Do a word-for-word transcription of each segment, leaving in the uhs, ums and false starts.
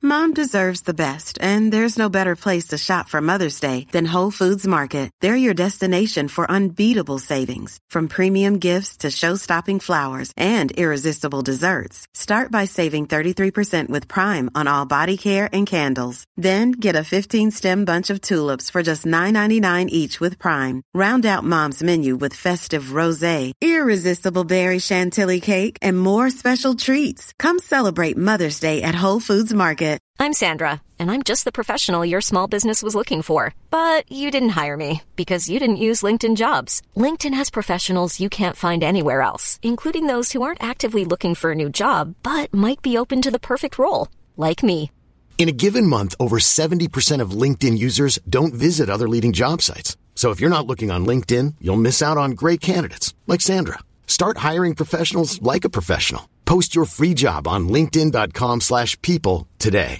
Mom deserves the best, and there's no better place to shop for Mother's Day than Whole Foods Market. They're your destination for unbeatable savings, from premium gifts to show-stopping flowers and irresistible desserts. Start by saving thirty-three percent with Prime on all body care and candles. Then get a fifteen-stem bunch of tulips for just nine ninety-nine each with Prime. Round out Mom's menu with festive rosé, irresistible berry chantilly cake, and more special treats. Come celebrate Mother's Day at Whole Foods Market. I'm Sandra, and I'm just the professional your small business was looking for. But you didn't hire me because you didn't use LinkedIn Jobs. LinkedIn has professionals you can't find anywhere else, including those who aren't actively looking for a new job, but might be open to the perfect role, like me. In a given month, over seventy percent of LinkedIn users don't visit other leading job sites. So if you're not looking on LinkedIn, you'll miss out on great candidates, like Sandra. Start hiring professionals like a professional. Post your free job on linkedin.com slash people today.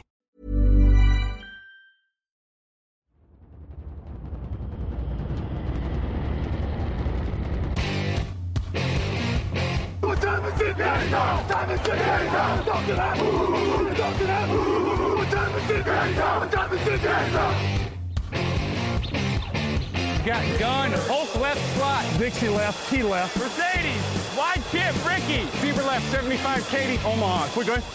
What time is it now? What time is it now? Talk to that. Talk to that. What time is it now? What time is it now? Got gun, Hulk left slot, Dixie left, T left, Mercedes, wide chip, Ricky, Fever left, seventy-five, Katie, Omaha. Quick, go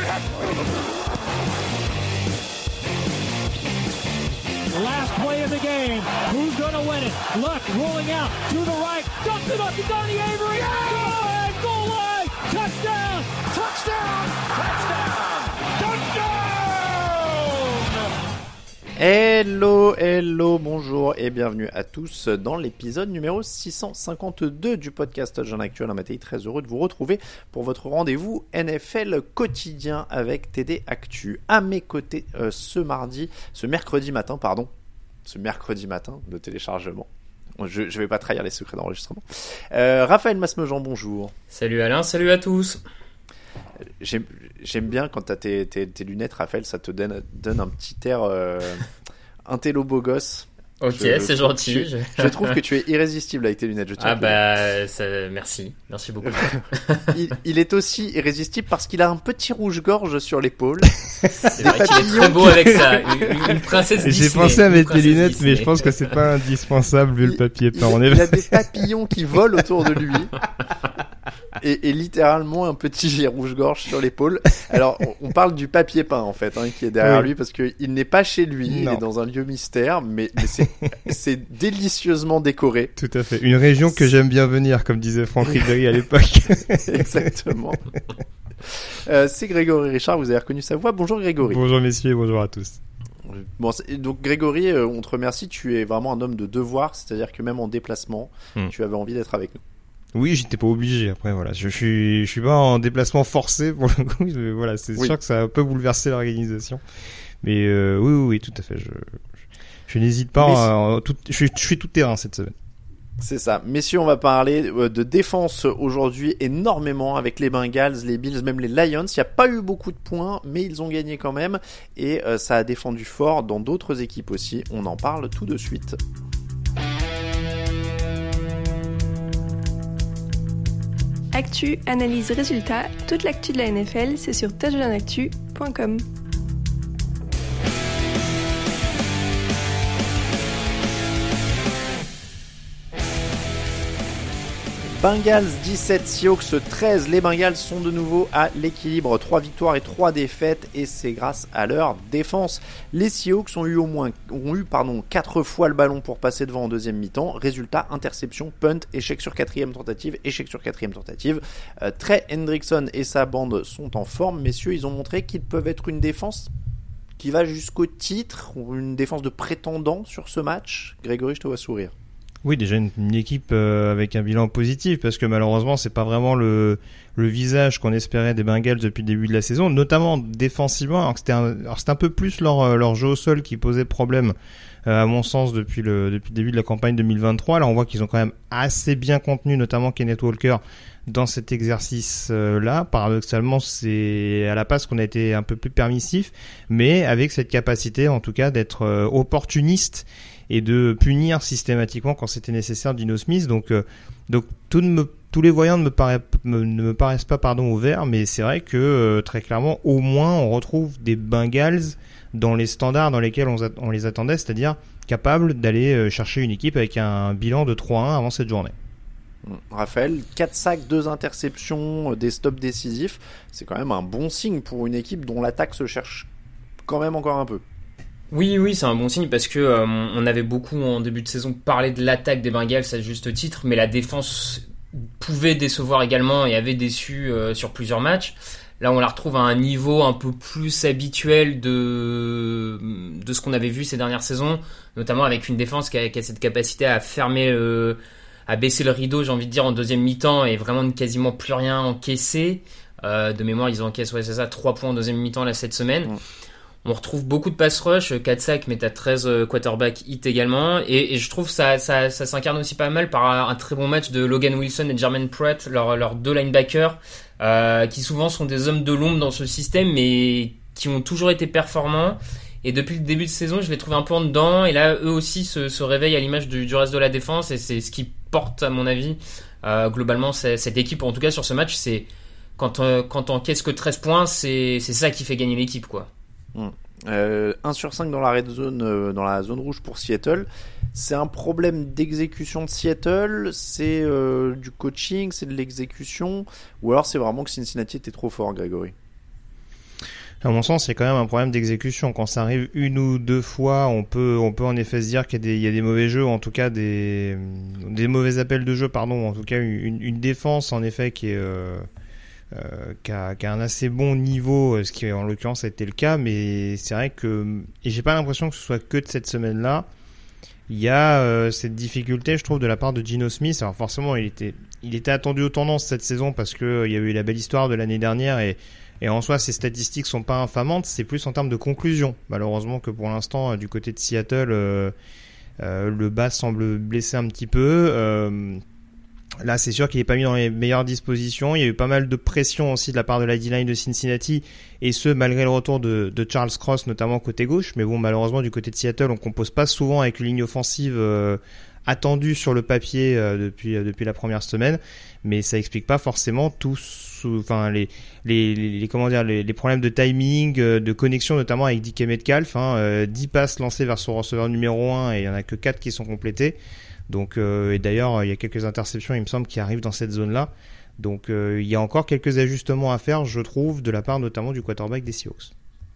Last play of the game. Who's going to win it? Luck rolling out to the right. Dumps it up to Donnie Avery. Yeah! Goal line. Touchdown. Touchdown. Touchdown. Touchdown. Hello, hello, bonjour et bienvenue à tous dans l'épisode numéro six cent cinquante-deux du podcast Jeune Actuel. Un matin très heureux de vous retrouver pour votre rendez-vous N F L quotidien avec T D Actu. À mes côtés euh, ce mardi, ce mercredi matin, pardon, ce mercredi matin de téléchargement. Je ne vais pas trahir les secrets d'enregistrement. Euh, Raphaël Masmejean, bonjour. Salut Alain, salut à tous. J'aime, j'aime bien quand tu as tes, tes, tes lunettes, Raphaël, ça te donne, donne un petit air euh, intello beau gosse. Ok, je, c'est gentil. Je, je trouve que tu es irrésistible avec tes lunettes. Je ah bah, ça, merci, merci beaucoup. il, il est aussi irrésistible parce qu'il a un petit rouge-gorge sur l'épaule. C'est vrai qu'il est très beau avec ça, une, une princesse Disney. J'ai pensé à mettre tes lunettes, Disney. mais je pense que c'est pas indispensable vu il, le papier peint. Il, il a des papillons qui volent autour de lui. Et, et littéralement un petit jet rouge-gorge sur l'épaule. Alors, on, on parle du papier peint en fait, hein, qui est derrière oui. lui, parce que il n'est pas chez lui, non. Il est dans un lieu mystère, mais, mais c'est, c'est délicieusement décoré. Tout à fait. Une région que j'aime bien venir, comme disait Franck Ribéry à l'époque. Exactement. Euh, c'est Grégory Richard, vous avez reconnu sa voix. Bonjour Grégory. Bonjour messieurs, bonjour à tous. Bon, donc Grégory, euh, on te remercie, tu es vraiment un homme de devoir, c'est-à-dire que même en déplacement, hmm. tu avais envie d'être avec nous. Oui, j'étais pas obligé. Après, voilà, je, je suis, je suis pas en déplacement forcé pour le coup. Je, voilà, c'est oui. sûr que ça a un peu bouleversé l'organisation. Mais euh, oui, oui, oui, tout à fait. Je, je, je n'hésite pas. À, à, tout, je, suis, je suis tout terrain cette semaine. C'est ça. Messieurs, on va parler de défense aujourd'hui énormément avec les Bengals, les Bills, même les Lions. Il n'y a pas eu beaucoup de points, mais ils ont gagné quand même. Et euh, ça a défendu fort dans d'autres équipes aussi. On en parle tout de suite. Actu, analyse, résultat, toute l'actu de la N F L, c'est sur touchdown actu point com. Bengals dix-sept, Seahawks treize. Les Bengals sont de nouveau à l'équilibre. trois victoires et trois défaites et c'est grâce à leur défense. Les Seahawks ont eu au moins ont eu pardon quatre fois le ballon pour passer devant en deuxième mi-temps. Résultat, interception, punt, échec sur quatrième tentative, échec sur quatrième tentative. Euh, Trey Hendrickson et sa bande sont en forme. Messieurs, ils ont montré qu'ils peuvent être une défense qui va jusqu'au titre, ou une défense de prétendant sur ce match. Grégory, je te vois sourire. Oui, déjà une, une équipe euh, avec un bilan positif parce que malheureusement c'est pas vraiment le le visage qu'on espérait des Bengals depuis le début de la saison, notamment défensivement. Alors que c'était un, alors c'était un peu plus leur leur jeu au sol qui posait problème euh, à mon sens depuis le depuis le début de la campagne deux mille vingt-trois. Là on voit qu'ils ont quand même assez bien contenu, notamment Kenneth Walker dans cet exercice-là. Paradoxalement, c'est à la passe qu'on a été un peu plus permissif, mais avec cette capacité, en tout cas, d'être euh, opportuniste et de punir systématiquement quand c'était nécessaire Geno Smith. Donc, euh, donc tout ne me, tous les voyants ne me, paraît, me, ne me paraissent pas pardon, au vert, mais c'est vrai que euh, très clairement, au moins, on retrouve des Bengals dans les standards dans lesquels on, on les attendait, c'est-à-dire capables d'aller euh, chercher une équipe avec un bilan de trois un avant cette journée. Raphaël, quatre sacs, deux interceptions, des stops décisifs, c'est quand même un bon signe pour une équipe dont l'attaque se cherche quand même encore un peu. Oui, oui, c'est un bon signe parce que euh, on avait beaucoup en début de saison parlé de l'attaque des Bengals à juste titre, mais la défense pouvait décevoir également et avait déçu euh, sur plusieurs matchs. Là, on la retrouve à un niveau un peu plus habituel de de ce qu'on avait vu ces dernières saisons, notamment avec une défense qui a, qui a cette capacité à fermer, euh, à baisser le rideau, j'ai envie de dire, en deuxième mi-temps et vraiment de quasiment plus rien encaisser. Euh, de mémoire, ils ont encaissé, ouais, c'est ça, trois points en deuxième mi-temps là cette semaine. Mmh. On retrouve beaucoup de pass rush, quatre sacs, mais t'as treize quarterback hit également. Et, et je trouve ça, ça, ça s'incarne aussi pas mal par un très bon match de Logan Wilson et Jermaine Pratt, leurs leurs deux linebackers, euh, qui souvent sont des hommes de l'ombre dans ce système, mais qui ont toujours été performants. Et depuis le début de saison, je les trouve un peu en dedans. Et là, eux aussi se, se réveillent à l'image du, du reste de la défense. Et c'est ce qui porte, à mon avis, euh, globalement, cette équipe. En tout cas, sur ce match, c'est quand, euh, quand on encaisse que treize points, c'est, c'est ça qui fait gagner l'équipe, quoi. Mmh. Euh, un sur cinq dans la red zone, euh, dans la zone rouge pour Seattle. C'est un problème d'exécution de Seattle, c'est euh, du coaching, c'est de l'exécution, ou alors c'est vraiment que Cincinnati était trop fort, Grégory? À mon sens, c'est quand même un problème d'exécution. Quand ça arrive une ou deux fois, on peut, on peut en effet se dire qu'il y a des, il y a des mauvais jeux, ou en tout cas des, des mauvais appels de jeu, pardon, en tout cas une, une défense en effet qui est euh, Euh, qui, a, qui a un assez bon niveau, ce qui en l'occurrence a été le cas, mais c'est vrai que, et j'ai pas l'impression que ce soit que de cette semaine-là, il y a euh, cette difficulté, je trouve, de la part de Geno Smith. Alors forcément, il était, il était attendu aux tendances cette saison parce que euh, il y a eu la belle histoire de l'année dernière et, et en soi, ses statistiques sont pas infamantes. C'est plus en termes de conclusion, malheureusement, que pour l'instant, euh, du côté de Seattle, euh, euh, le bas semble blessé un petit peu. Euh, Là, c'est sûr qu'il n'est pas mis dans les meilleures dispositions. Il y a eu pas mal de pression aussi de la part de la D-line de Cincinnati, et ce, malgré le retour de, de Charles Cross, notamment côté gauche. Mais bon, malheureusement, du côté de Seattle, on compose pas souvent avec une ligne offensive euh, attendue sur le papier euh, depuis, euh, depuis la première semaine. Mais ça explique pas forcément tous, enfin, les, les, les, les, comment dire, les, les problèmes de timing, euh, de connexion, notamment avec D K Metcalf. Hein, euh, dix passes lancées vers son receveur numéro un et il y en a que quatre qui sont complétées. Donc, euh, et d'ailleurs, il y a quelques interceptions, il me semble, qui arrivent dans cette zone-là. Donc, euh, il y a encore quelques ajustements à faire, je trouve, de la part notamment du quarterback des Seahawks.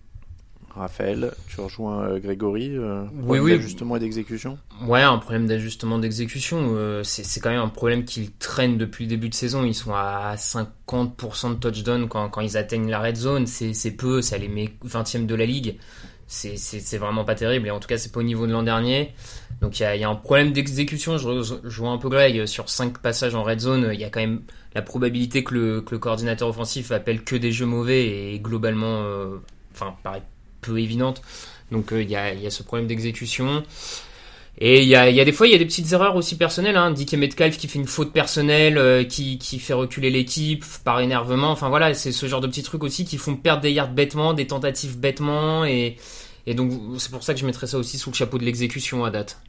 Raphaël, tu rejoins euh, Grégory, euh, oui, oui. d'ajustement et d'exécution. Ouais, un problème d'ajustement d'exécution. Euh, c'est, c'est quand même un problème qu'ils traînent depuis le début de saison. Ils sont à cinquante pour cent de touchdown quand, quand ils atteignent la red zone. C'est, c'est peu, ça les met vingtième de la ligue. C'est, c'est, c'est vraiment pas terrible, et en tout cas c'est pas au niveau de l'an dernier. Donc il y a, y a un problème d'exécution. Je, je vois un peu Greg, sur cinq passages en red zone, il y a quand même la probabilité que le, que le coordinateur offensif appelle que des jeux mauvais et globalement euh, enfin paraît peu évidente. Donc euh, il y, a, y a ce problème d'exécution. Et il y a, y a des fois, il y a des petites erreurs aussi personnelles. Hein. D K Metcalf qui fait une faute personnelle, euh, qui, qui fait reculer l'équipe par énervement. Enfin voilà, c'est ce genre de petits trucs aussi qui font perdre des yards bêtement, des tentatives bêtement. Et, et donc c'est pour ça que je mettrais ça aussi sous le chapeau de l'exécution à date.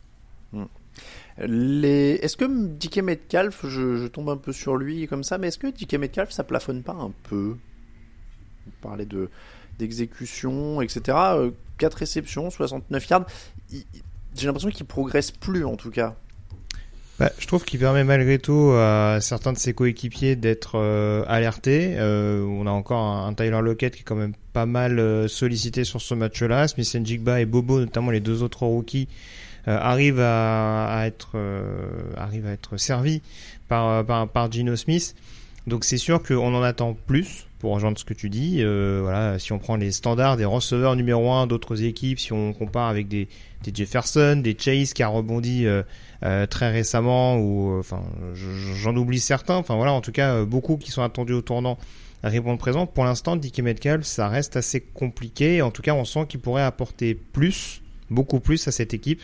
Les... Est-ce que D K Metcalf, je, je tombe un peu sur lui comme ça, mais est-ce que D K Metcalf, ça plafonne pas un peu? Vous parlez de, d'exécution, et cetera. Euh, quatre réceptions, soixante-neuf yards. Il... J'ai l'impression qu'il progresse plus, en tout cas. Bah, je trouve qu'il permet malgré tout à certains de ses coéquipiers d'être euh, alertés. Euh, on a encore un, un Tyler Lockett qui est quand même pas mal euh, sollicité sur ce match-là. Smith-Njigba et Bobo, notamment les deux autres rookies, euh, arrivent à, à être euh, arrivent à être servis par par par Geno Smith. Donc c'est sûr qu'on en attend plus. Pour rejoindre ce que tu dis, euh, voilà, si on prend les standards des receveurs numéro un d'autres équipes, si on compare avec des, des Jefferson, des Chase qui a rebondi euh, euh, très récemment, ou enfin, j'en oublie certains. Enfin voilà, en tout cas, euh, beaucoup qui sont attendus au tournant répondent présent. Pour l'instant, D K Metcalf, ça reste assez compliqué. En tout cas, on sent qu'il pourrait apporter plus, beaucoup plus à cette équipe.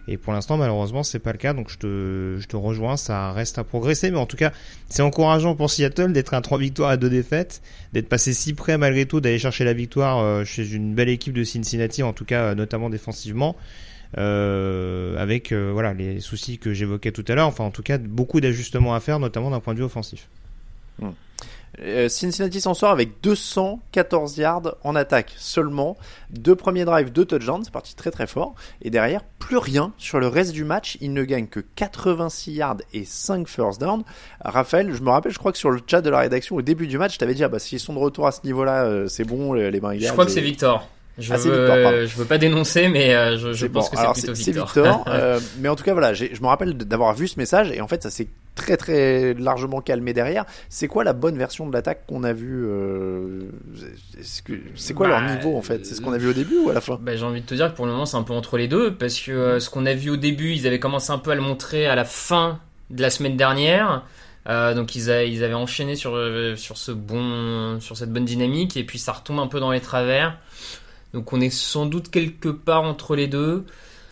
Et pour l'instant, malheureusement, c'est pas le cas. Donc je te, je te rejoins, ça reste à progresser. Mais en tout cas, c'est encourageant pour Seattle d'être à trois victoires et deux défaites, d'être passé si près malgré tout d'aller chercher la victoire euh, chez une belle équipe de Cincinnati, en tout cas euh, notamment défensivement, euh, avec euh, voilà les soucis que j'évoquais tout à l'heure. Enfin, en tout cas, beaucoup d'ajustements à faire, notamment d'un point de vue offensif. Mmh. Euh, Cincinnati s'en sort avec deux cent quatorze yards en attaque seulement, deux premiers drives, deux touchdowns, c'est parti très très fort, et derrière plus rien sur le reste du match. Ils ne gagnent que quatre-vingt-six yards et cinq first down. Raphaël, je me rappelle, je crois que sur le chat de la rédaction au début du match, je t'avais dit ah bah s'ils sont de retour à ce niveau-là, euh, c'est bon les, les Bengals. Je crois que et... c'est Victor. Je, ah, veux, Victor, je veux pas dénoncer, mais euh, je, je pense bon. que c'est Alors, plutôt c'est, Victor. C'est Victor euh, mais en tout cas, voilà, j'ai, je me rappelle d'avoir vu ce message et en fait, ça s'est très très largement calmé derrière. C'est quoi la bonne version de l'attaque qu'on a vue euh, que, C'est quoi bah, leur niveau en fait? C'est ce qu'on a vu au début ou à la fin? bah, J'ai envie de te dire que pour le moment, c'est un peu entre les deux parce que euh, ce qu'on a vu au début, ils avaient commencé un peu à le montrer à la fin de la semaine dernière. Euh, donc ils, a, ils avaient enchaîné sur, euh, sur, ce bon, sur cette bonne dynamique et puis ça retombe un peu dans les travers. Donc on est sans doute quelque part entre les deux.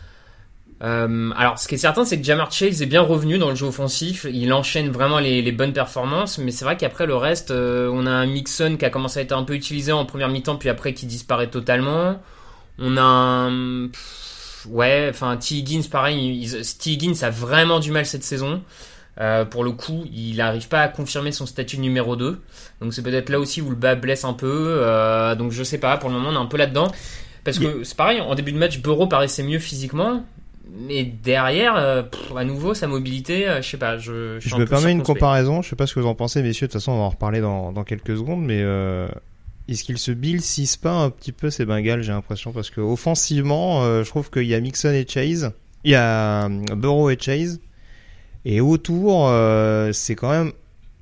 Euh, alors ce qui est certain, c'est que Ja'Marr Chase est bien revenu dans le jeu offensif. Il enchaîne vraiment les, les bonnes performances, mais c'est vrai qu'après le reste, euh, on a un Mixon qui a commencé à être un peu utilisé en première mi-temps, puis après qui disparaît totalement. On a un... Pff, ouais, enfin T. Higgins, pareil. Il, T. Higgins a vraiment du mal cette saison. Euh, pour le coup, il n'arrive pas à confirmer son statut de numéro deux. Donc c'est peut-être là aussi où le bas blesse un peu. Euh, donc je sais pas, pour le moment on est un peu là-dedans. Parce que yeah. c'est pareil, en début de match, Burrow paraissait mieux physiquement. Mais derrière, euh, pff, à nouveau, sa mobilité, euh, je sais pas. Je, je, je me permets une comparaison, je sais pas ce que vous en pensez, messieurs. De toute façon, on va en reparler dans, dans quelques secondes. Mais euh, est-ce qu'il se Bill six pas un petit peu ces Bengals, j'ai l'impression? Parce que offensivement, euh, je trouve qu'il y a Mixon et Chase. Il y a euh, Burrow et Chase. Et autour, euh, c'est quand même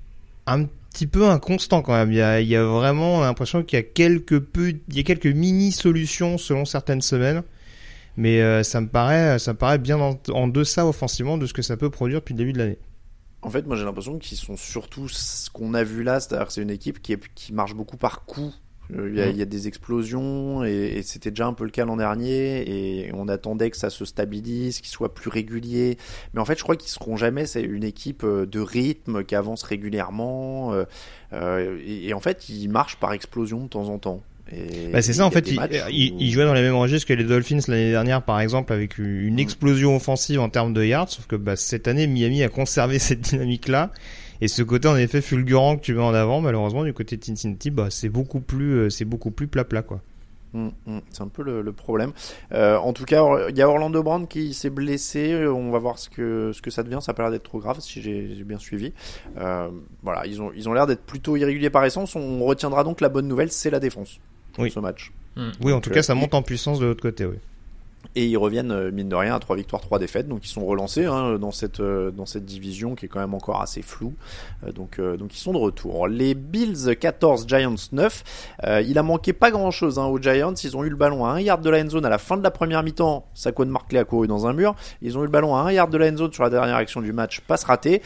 un petit peu inconstant quand même. Il y a, il y a vraiment l'impression qu'il y a quelques peu, il y a quelques mini solutions selon certaines semaines, mais euh, ça me paraît, ça me paraît bien en, en deçà offensivement de ce que ça peut produire depuis le début de l'année. En fait, moi j'ai l'impression qu'ils sont surtout ce qu'on a vu là, c'est-à-dire que c'est une équipe qui, est, qui marche beaucoup par coups. Il y, a, il y a des explosions et, et c'était déjà un peu le cas l'an dernier et on attendait que ça se stabilise, qu'il soit plus régulier. Mais en fait, je crois qu'ils seront jamais. C'est une équipe de rythme qui avance régulièrement euh, euh, et, et en fait, ils marchent par explosion de temps en temps. Et bah c'est ça en fait, il, il, où... il jouait dans les mêmes registres que les Dolphins l'année dernière par exemple avec une mmh. explosion offensive en termes de yards, sauf que bah, cette année Miami a conservé cette dynamique là. Et ce côté en effet fulgurant que tu mets en avant, malheureusement du côté de Cincinnati, bah c'est beaucoup plus, c'est beaucoup plus plat plat quoi. Mmh, mmh, c'est un peu le, le problème. Euh, en tout cas, il y a Orlando Brown qui s'est blessé. On va voir ce que ce que ça devient. Ça a pas l'air d'être trop grave si j'ai, j'ai bien suivi. Euh, voilà, ils ont ils ont l'air d'être plutôt irréguliers par essence. On retiendra donc la bonne nouvelle, c'est la défense. Oui. Ce match. Mmh. Oui, en tout donc, cas, ça monte en puissance de l'autre côté, oui. Et ils reviennent, mine de rien, à trois victoires, trois défaites. Donc ils sont relancés hein, dans, cette, dans cette division qui est quand même encore assez floue. Donc, euh, donc ils sont de retour. Les Bills quatorze, Giants neuf. Euh, il a manqué pas grand-chose hein, aux Giants. Ils ont eu le ballon à un yard de la end zone à la fin de la première mi-temps. Saquon Barkley a couru dans un mur. Ils ont eu le ballon à un yard de la end zone sur la dernière action du match. Passe ratée.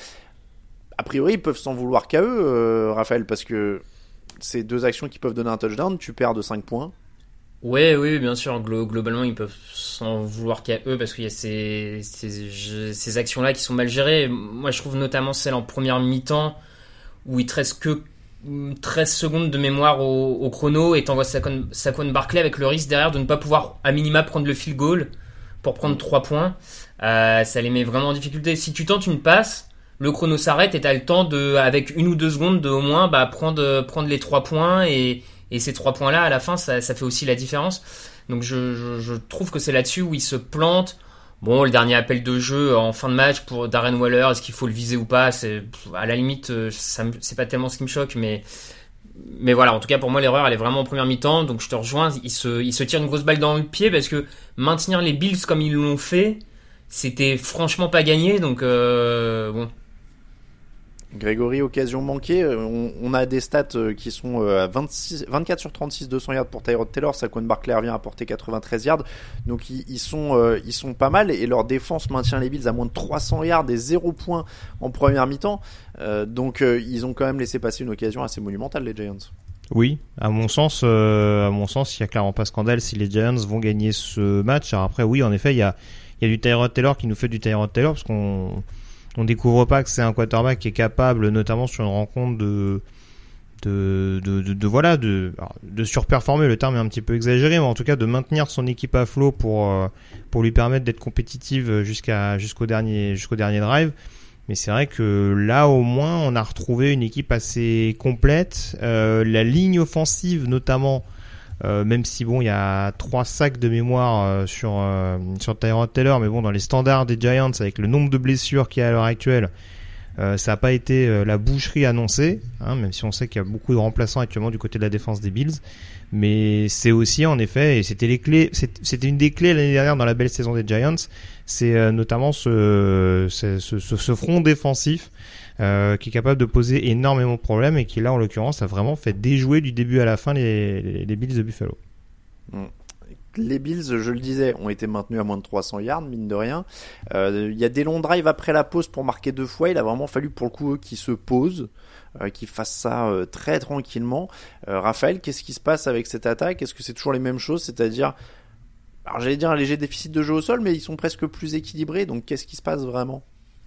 A priori, ils peuvent s'en vouloir qu'à eux, euh, Raphaël, parce que ces deux actions qui peuvent donner un touchdown, tu perds de cinq points. Ouais, oui, bien sûr. Globalement, ils peuvent s'en vouloir qu'à eux parce qu'il y a ces, ces, ces actions-là qui sont mal gérées. Moi, je trouve notamment celle en première mi-temps où il te reste que treize secondes de mémoire au, au chrono et t'envoies Saquon, Saquon Barkley avec le risque derrière de ne pas pouvoir à minima prendre le field goal pour prendre trois points. Euh, ça les met vraiment en difficulté. Si tu tentes une passe, le chrono s'arrête et t'as le temps de, avec une ou deux secondes de au moins, bah, prendre, prendre les trois points et Et ces trois points-là, à la fin, ça, ça fait aussi la différence. Donc je, je, je trouve que c'est là-dessus où il se plante. Bon, le dernier appel de jeu en fin de match pour Darren Waller, est-ce qu'il faut le viser ou pas? C'est, à la limite, ça, c'est pas tellement ce qui me choque, mais, mais voilà. En tout cas, pour moi, l'erreur, elle est vraiment en première mi-temps. Donc je te rejoins. Il se, il se tire une grosse balle dans le pied parce que maintenir les Bills comme ils l'ont fait, c'était franchement pas gagné. Donc euh, bon. Grégory, occasion manquée, on, on a des stats qui sont à vingt-six, vingt-quatre sur trente-six, deux cents yards pour Tyrod Taylor. Saquon Barkley revient à porter quatre-vingt-treize yards, donc ils, ils, sont, euh, ils sont pas mal et leur défense maintient les Bills à moins de trois cents yards et zéro points en première mi-temps, euh, donc euh, ils ont quand même laissé passer une occasion assez monumentale, les Giants. Oui, à mon sens, euh, à mon sens, il y a clairement pas scandale si les Giants vont gagner ce match. Alors après, oui, en effet, il y a il y a du Tyrod Taylor qui nous fait du Tyrod Taylor parce qu'on on découvre pas que c'est un quarterback qui est capable, notamment sur une rencontre de de de, de, de voilà de alors, de surperformer, le terme est un petit peu exagéré, mais en tout cas de maintenir son équipe à flot pour euh, pour lui permettre d'être compétitive jusqu'à jusqu'au dernier jusqu'au dernier drive. Mais c'est vrai que là au moins on a retrouvé une équipe assez complète, euh, la ligne offensive notamment. Euh, même si bon, il y a trois sacs de mémoire euh, sur euh, sur Tyrod Taylor, mais bon, dans les standards des Giants, avec le nombre de blessures qu'il y a à l'heure actuelle, euh, ça n'a pas été euh, la boucherie annoncée, hein, même si on sait qu'il y a beaucoup de remplaçants actuellement du côté de la défense des Bills. Mais c'est aussi en effet, et c'était les clés, c'était une des clés l'année dernière dans la belle saison des Giants, c'est euh, notamment ce, ce, ce, ce front défensif. Euh, qui est capable de poser énormément de problèmes et qui là en l'occurrence a vraiment fait déjouer du début à la fin les, les, les Bills de Buffalo. Les Bills, je le disais, ont été maintenus à moins de trois cents yards, mine de rien. Il euh, y a des longs drives après la pause pour marquer deux fois. Il a vraiment fallu pour le coup eux qu'ils se posent, euh, qu'ils fassent ça euh, très tranquillement. Euh, Raphaël, qu'est-ce qui se passe avec cette attaque ? Est-ce que c'est toujours les mêmes choses ? C'est-à-dire, alors j'allais dire un léger déficit de jeu au sol, mais ils sont presque plus équilibrés. Donc qu'est-ce qui se passe vraiment ?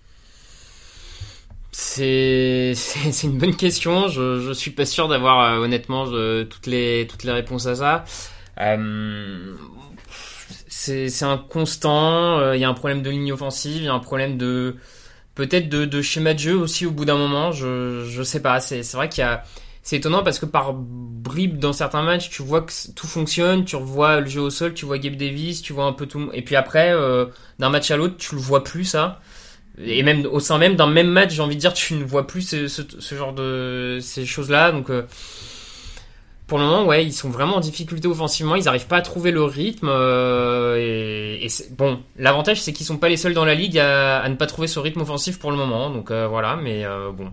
C'est, c'est, c'est une bonne question. Je, je suis pas sûr d'avoir euh, honnêtement je, toutes les toutes les réponses à ça. Euh, c'est, c'est un constant. Il euh, y a un problème de ligne offensive. Il y a un problème de peut-être de, de schéma de jeu aussi au bout d'un moment. Je je sais pas. C'est c'est vrai qu'il y a. C'est étonnant parce que par bribes dans certains matchs, tu vois que tout fonctionne. Tu revois le jeu au sol. Tu vois Gabe Davis. Tu vois un peu tout. Et puis après, euh, d'un match à l'autre, tu le vois plus ça. Et même au sein même d'un même match, j'ai envie de dire, tu ne vois plus ce, ce, ce genre de ces choses-là. Donc, euh, pour le moment, ouais, ils sont vraiment en difficulté offensivement. Ils n'arrivent pas à trouver le rythme. Euh, et, et c'est, bon, l'avantage, c'est qu'ils sont pas les seuls dans la ligue à, à ne pas trouver ce rythme offensif pour le moment. Donc euh, voilà, mais euh, bon.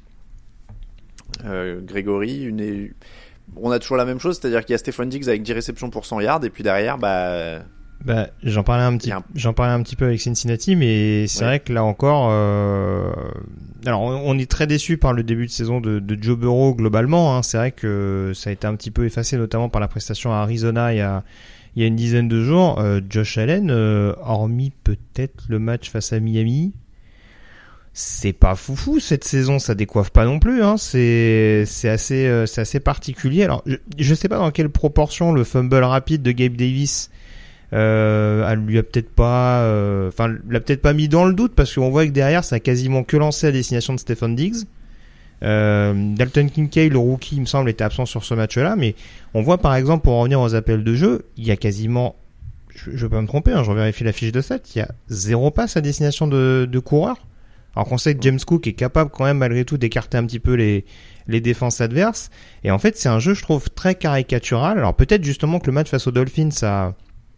Euh, Grégory, une... on a toujours la même chose, c'est-à-dire qu'il y a Stefon Diggs avec dix réceptions pour cent yards, et puis derrière, bah. Bah, j'en parlais un petit, un... j'en parlais un petit peu avec Cincinnati, mais c'est ouais. vrai que là encore, euh... alors on, on est très déçu par le début de saison de, de Joe Burrow globalement. Hein. C'est vrai que ça a été un petit peu effacé, notamment par la prestation à Arizona il y a, il y a une dizaine de jours. Euh, Josh Allen, euh, hormis peut-être le match face à Miami, c'est pas foufou cette saison, ça décoiffe pas non plus. Hein. C'est, c'est assez, euh, c'est assez particulier. Alors, je, je sais pas dans quelle proportion le fumble rapide de Gabe Davis. Euh, elle lui a peut-être pas, enfin, euh, l'a peut-être pas mis dans le doute parce qu'on voit que derrière, ça a quasiment que lancé à destination de Stefon Diggs. Euh, Dalton Kincaid, le rookie, il me semble, était absent sur ce match-là, mais on voit par exemple, pour en revenir aux appels de jeu, il y a quasiment, je, je vais pas me tromper, hein, je vérifie la fiche de stats, il y a zéro passe à destination de, de coureurs. Alors qu'on sait que James Cook est capable quand même malgré tout d'écarter un petit peu les les défenses adverses. Et en fait, c'est un jeu, je trouve, très caricatural. Alors peut-être justement que le match face aux Dolphins a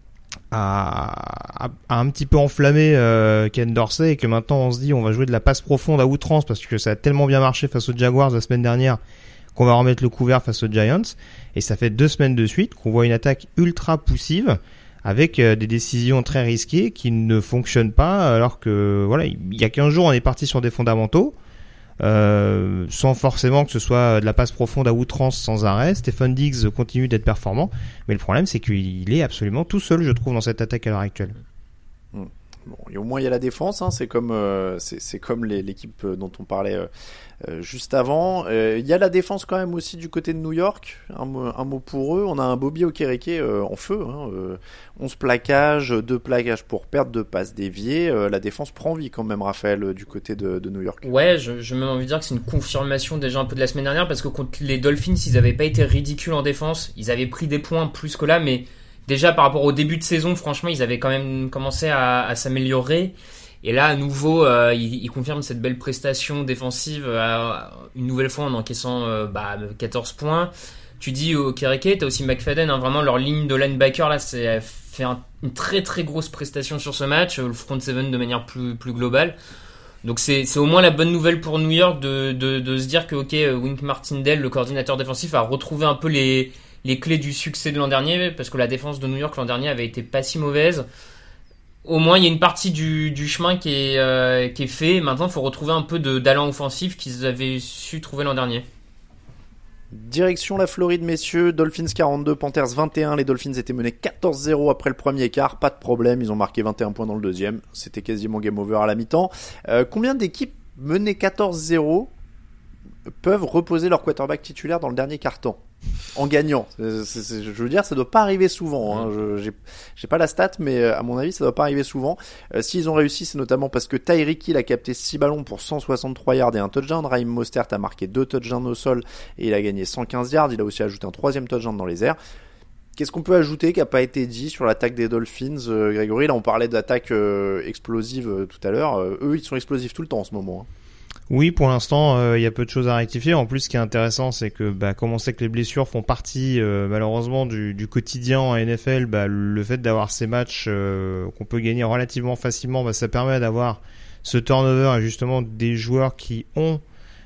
A, a, a un petit peu enflammé euh, Ken Dorsey et que maintenant on se dit on va jouer de la passe profonde à outrance parce que ça a tellement bien marché face aux Jaguars la semaine dernière qu'on va remettre le couvert face aux Giants. Et ça fait deux semaines de suite qu'on voit une attaque ultra poussive avec euh, des décisions très risquées qui ne fonctionnent pas alors que voilà, il y a quinze jours on est parti sur des fondamentaux. Euh, sans forcément que ce soit de la passe profonde à outrance sans arrêt. Stefon Diggs continue d'être performant, mais le problème c'est qu'il est absolument tout seul, je trouve, dans cette attaque à l'heure actuelle. Mmh. Bon, et au moins il y a la défense, hein, c'est comme euh, c'est, c'est comme les, l'équipe dont on parlait euh, euh, juste avant. Euh, il y a la défense quand même aussi du côté de New York. Un mot, un mot pour eux. On a un Bobby Okereke euh, en feu. Hein, euh, onze plaquages, deux plaquages pour perte de passes déviées. Euh, la défense prend vie quand même, Raphaël, euh, du côté de, de New York. Ouais, je, je me envie de dire que c'est une confirmation déjà un peu de la semaine dernière parce que contre les Dolphins, ils n'avaient pas été ridicules en défense. Ils avaient pris des points plus que là, mais déjà par rapport au début de saison, franchement, ils avaient quand même commencé à, à s'améliorer. Et là, à nouveau, euh, ils, ils confirment cette belle prestation défensive euh, une nouvelle fois en encaissant euh, bah, quatorze points. Tu dis au Okereke, t'as aussi McFadden, hein, vraiment leur ligne de linebacker là, c'est fait un, une très très grosse prestation sur ce match, le front seven de manière plus plus globale. Donc c'est c'est au moins la bonne nouvelle pour New York de de de se dire que ok, Wink Martindale, le coordinateur défensif, a retrouvé un peu les les clés du succès de l'an dernier parce que la défense de New York l'an dernier avait été pas si mauvaise. Au moins il y a une partie du du chemin qui est euh, qui est fait. Maintenant il faut retrouver un peu de d'allant offensif qu'ils avaient su trouver l'an dernier. Direction la Floride, messieurs. Dolphins quarante-deux, Panthers vingt et un. Les Dolphins étaient menés quatorze zéro après le premier quart. Pas de problème, ils ont marqué vingt et un points dans le deuxième. C'était quasiment game over à la mi-temps. Euh, combien d'équipes menées quatorze zéro peuvent reposer leur quarterback titulaire dans le dernier quart-temps en gagnant? c'est, c'est, c'est, Je veux dire, ça doit pas arriver souvent. Hein. Je, j'ai, j'ai pas la stat, mais à mon avis, ça doit pas arriver souvent. Euh, s'ils ont réussi, c'est notamment parce que Tyreek Hill a capté six ballons pour cent soixante-trois yards et un touchdown. Raheem Mostert a marqué deux touchdowns au sol et il a gagné cent quinze yards. Il a aussi ajouté un troisième touchdown dans les airs. Qu'est-ce qu'on peut ajouter qui n'a pas été dit sur l'attaque des Dolphins, euh, Grégory? Là, on parlait d'attaque euh, explosive euh, tout à l'heure. Euh, eux, ils sont explosifs tout le temps en ce moment. Hein. Oui, pour l'instant, il euh, y a peu de choses à rectifier. En plus, ce qui est intéressant, c'est que, bah, comme on sait que les blessures font partie, euh, malheureusement, du, du quotidien en N F L, bah, le fait d'avoir ces matchs euh, qu'on peut gagner relativement facilement, bah, ça permet d'avoir ce turnover et justement des joueurs qui ont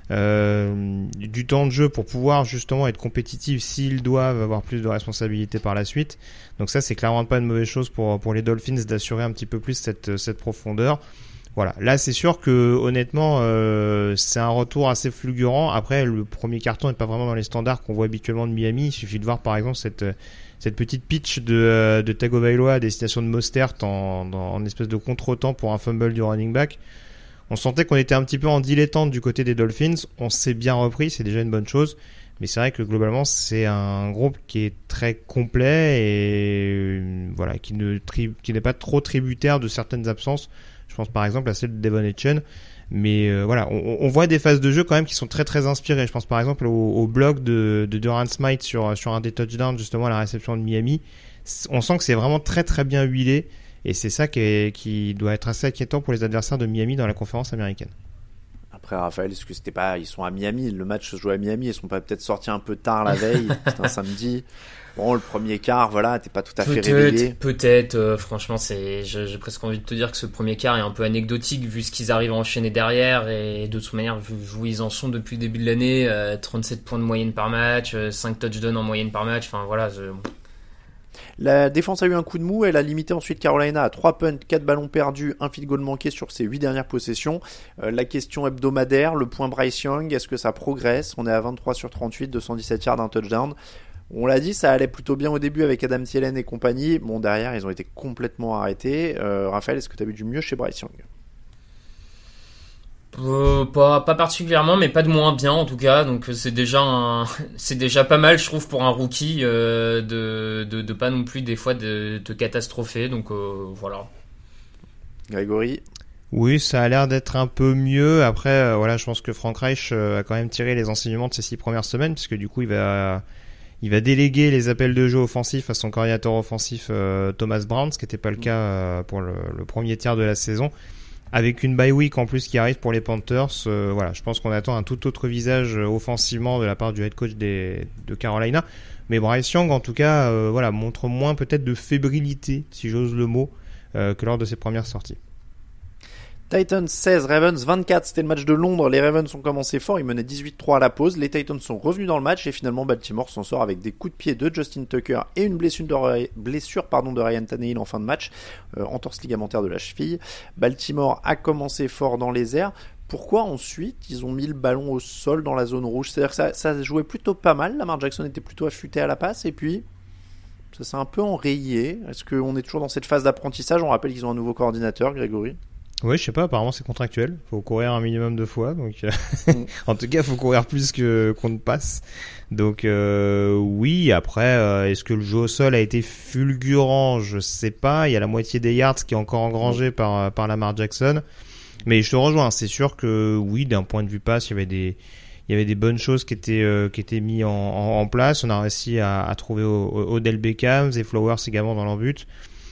euh, du temps de jeu pour pouvoir justement être compétitifs s'ils doivent avoir plus de responsabilités par la suite. Donc ça, c'est clairement pas une mauvaise chose pour pour les Dolphins d'assurer un petit peu plus cette cette profondeur. Voilà, là c'est sûr que honnêtement euh, c'est un retour assez fulgurant. Après le premier carton n'est pas vraiment dans les standards qu'on voit habituellement de Miami. Il suffit de voir par exemple cette cette petite pitch de de Tagovailoa à destination de Mostert en, en, en espèce de contre-temps pour un fumble du running back. On sentait qu'on était un petit peu en dilettante du côté des Dolphins. On s'est bien repris, c'est déjà une bonne chose. Mais c'est vrai que globalement c'est un groupe qui est très complet et voilà qui ne tri- qui n'est pas trop tributaire de certaines absences. Je pense par exemple à celle de Devon Etchen, mais euh, voilà, on, on voit des phases de jeu quand même qui sont très très inspirées. Je pense par exemple au, au bloc de, de Durant Smythe sur sur un des touchdowns justement à la réception de Miami. On sent que c'est vraiment très très bien huilé et c'est ça qui, est, qui doit être assez inquiétant pour les adversaires de Miami dans la conférence américaine. Après, Raphaël, est-ce que c'était pas, ils sont à Miami, le match se joue à Miami, ils sont pas peut-être sortis un peu tard la veille, c'était un samedi. Bon, le premier quart, voilà, t'es pas tout à fait peut-être, réveillé. Peut-être, euh, franchement, c'est, j'ai, j'ai presque envie de te dire que ce premier quart est un peu anecdotique vu ce qu'ils arrivent à enchaîner derrière et de toute manière, vu où ils en sont depuis le début de l'année, euh, trente-sept points de moyenne par match, euh, cinq touchdowns en moyenne par match, enfin voilà. Je... La défense a eu un coup de mou, elle a limité ensuite Carolina à trois punts, quatre ballons perdus, un field goal manqué sur ses huit dernières possessions. Euh, la question hebdomadaire, le point Bryce Young, est-ce que ça progresse? On est à vingt-trois sur trente-huit, deux cent dix-sept yards, un touchdown. On l'a dit, ça allait plutôt bien au début avec Adam Thielen et compagnie. Bon, derrière, ils ont été complètement arrêtés. Euh, Raphaël, est-ce que tu as vu du mieux chez Bryce Young? Euh, pas, pas particulièrement, mais pas de moins bien en tout cas. Donc c'est déjà un, c'est déjà pas mal, je trouve, pour un rookie euh, de, de de pas non plus des fois de, de catastropher. Donc euh, voilà. Grégory. Oui, ça a l'air d'être un peu mieux. Après, euh, voilà, je pense que Frank Reich euh, a quand même tiré les enseignements de ces six premières semaines, puisque du coup, il va il va déléguer les appels de jeu offensifs à son coordinateur offensif euh, Thomas Brown, ce qui n'était pas le cas euh, pour le, le premier tiers de la saison. Avec une bye week en plus qui arrive pour les Panthers, euh, voilà, je pense qu'on attend un tout autre visage euh, offensivement de la part du head coach des, de Carolina. Mais Bryce Young, en tout cas, euh, voilà, montre moins peut-être de fébrilité, si j'ose le mot, euh, que lors de ses premières sorties. Titans seize, Ravens vingt-quatre, c'était le match de Londres. Les Ravens ont commencé fort, ils menaient dix-huit trois à la pause. Les Titans sont revenus dans le match et finalement Baltimore s'en sort avec des coups de pied de Justin Tucker et une blessure de, blessure, pardon, de Ryan Tannehill en fin de match, euh, entorse ligamentaire de la cheville. Baltimore a commencé fort dans les airs. Pourquoi ensuite ils ont mis le ballon au sol dans la zone rouge? C'est-à-dire que ça, ça jouait plutôt pas mal. Lamar Jackson était plutôt affûté à la passe et puis ça s'est un peu enrayé. Est-ce qu'on est toujours dans cette phase d'apprentissage? On rappelle qu'ils ont un nouveau coordinateur, Grégory. Oui, je sais pas, apparemment c'est contractuel. Faut courir un minimum de fois, donc mm. en tout cas, faut courir plus que qu'on ne passe. Donc euh, oui, après, euh, est-ce que le jeu au sol a été fulgurant? Je sais pas. Il y a la moitié des yards qui est encore engrangé par par Lamar Jackson. Mais je te rejoins. C'est sûr que oui, d'un point de vue passe, il y avait des il y avait des bonnes choses qui étaient euh, qui étaient mises en, en, en place. On a réussi à, à trouver Odell Beckham et Flowers également dans leur but.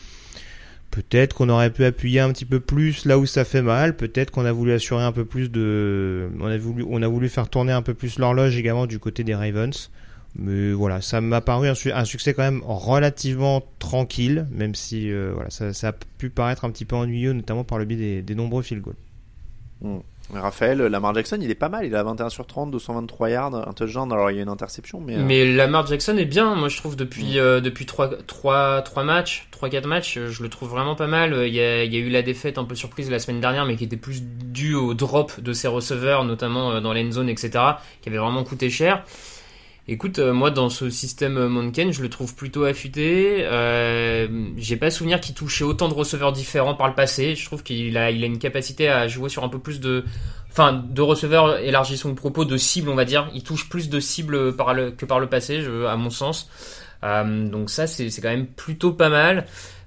Peut-être qu'on aurait pu appuyer un petit peu plus là où ça fait mal. Peut-être qu'on a voulu assurer un peu plus de, on a voulu, on a voulu faire tourner un peu plus l'horloge également du côté des Ravens. Mais voilà, ça m'a paru un, su- un succès quand même relativement tranquille, même si euh, voilà, ça, ça a pu paraître un petit peu ennuyeux, notamment par le biais des, des nombreux field goals. Mmh. Raphaël, Lamar Jackson, il est pas mal, il a vingt et un sur trente, deux cent vingt-trois yards, un touchdown, alors il y a une interception. Mais, euh... mais Lamar Jackson est bien, moi je trouve, depuis, mmh. euh, depuis trois, trois, trois matchs, trois quatre matchs, je le trouve vraiment pas mal. Il y, a, il y a eu la défaite un peu surprise la semaine dernière, mais qui était plus due au drop de ses receveurs, notamment dans l'end zone, et cetera, qui avait vraiment coûté cher. Écoute, euh, moi dans ce système euh, Monken, je le trouve plutôt affûté. Euh, j'ai pas souvenir qu'il touchait autant de receveurs différents par le passé. Je trouve qu'il a, il a une capacité à jouer sur un peu plus de, enfin, de receveurs. Élargissons le propos, de cibles, on va dire. Il touche plus de cibles par le, que par le passé, je, à mon sens. Euh, donc ça, c'est, c'est quand même plutôt pas mal.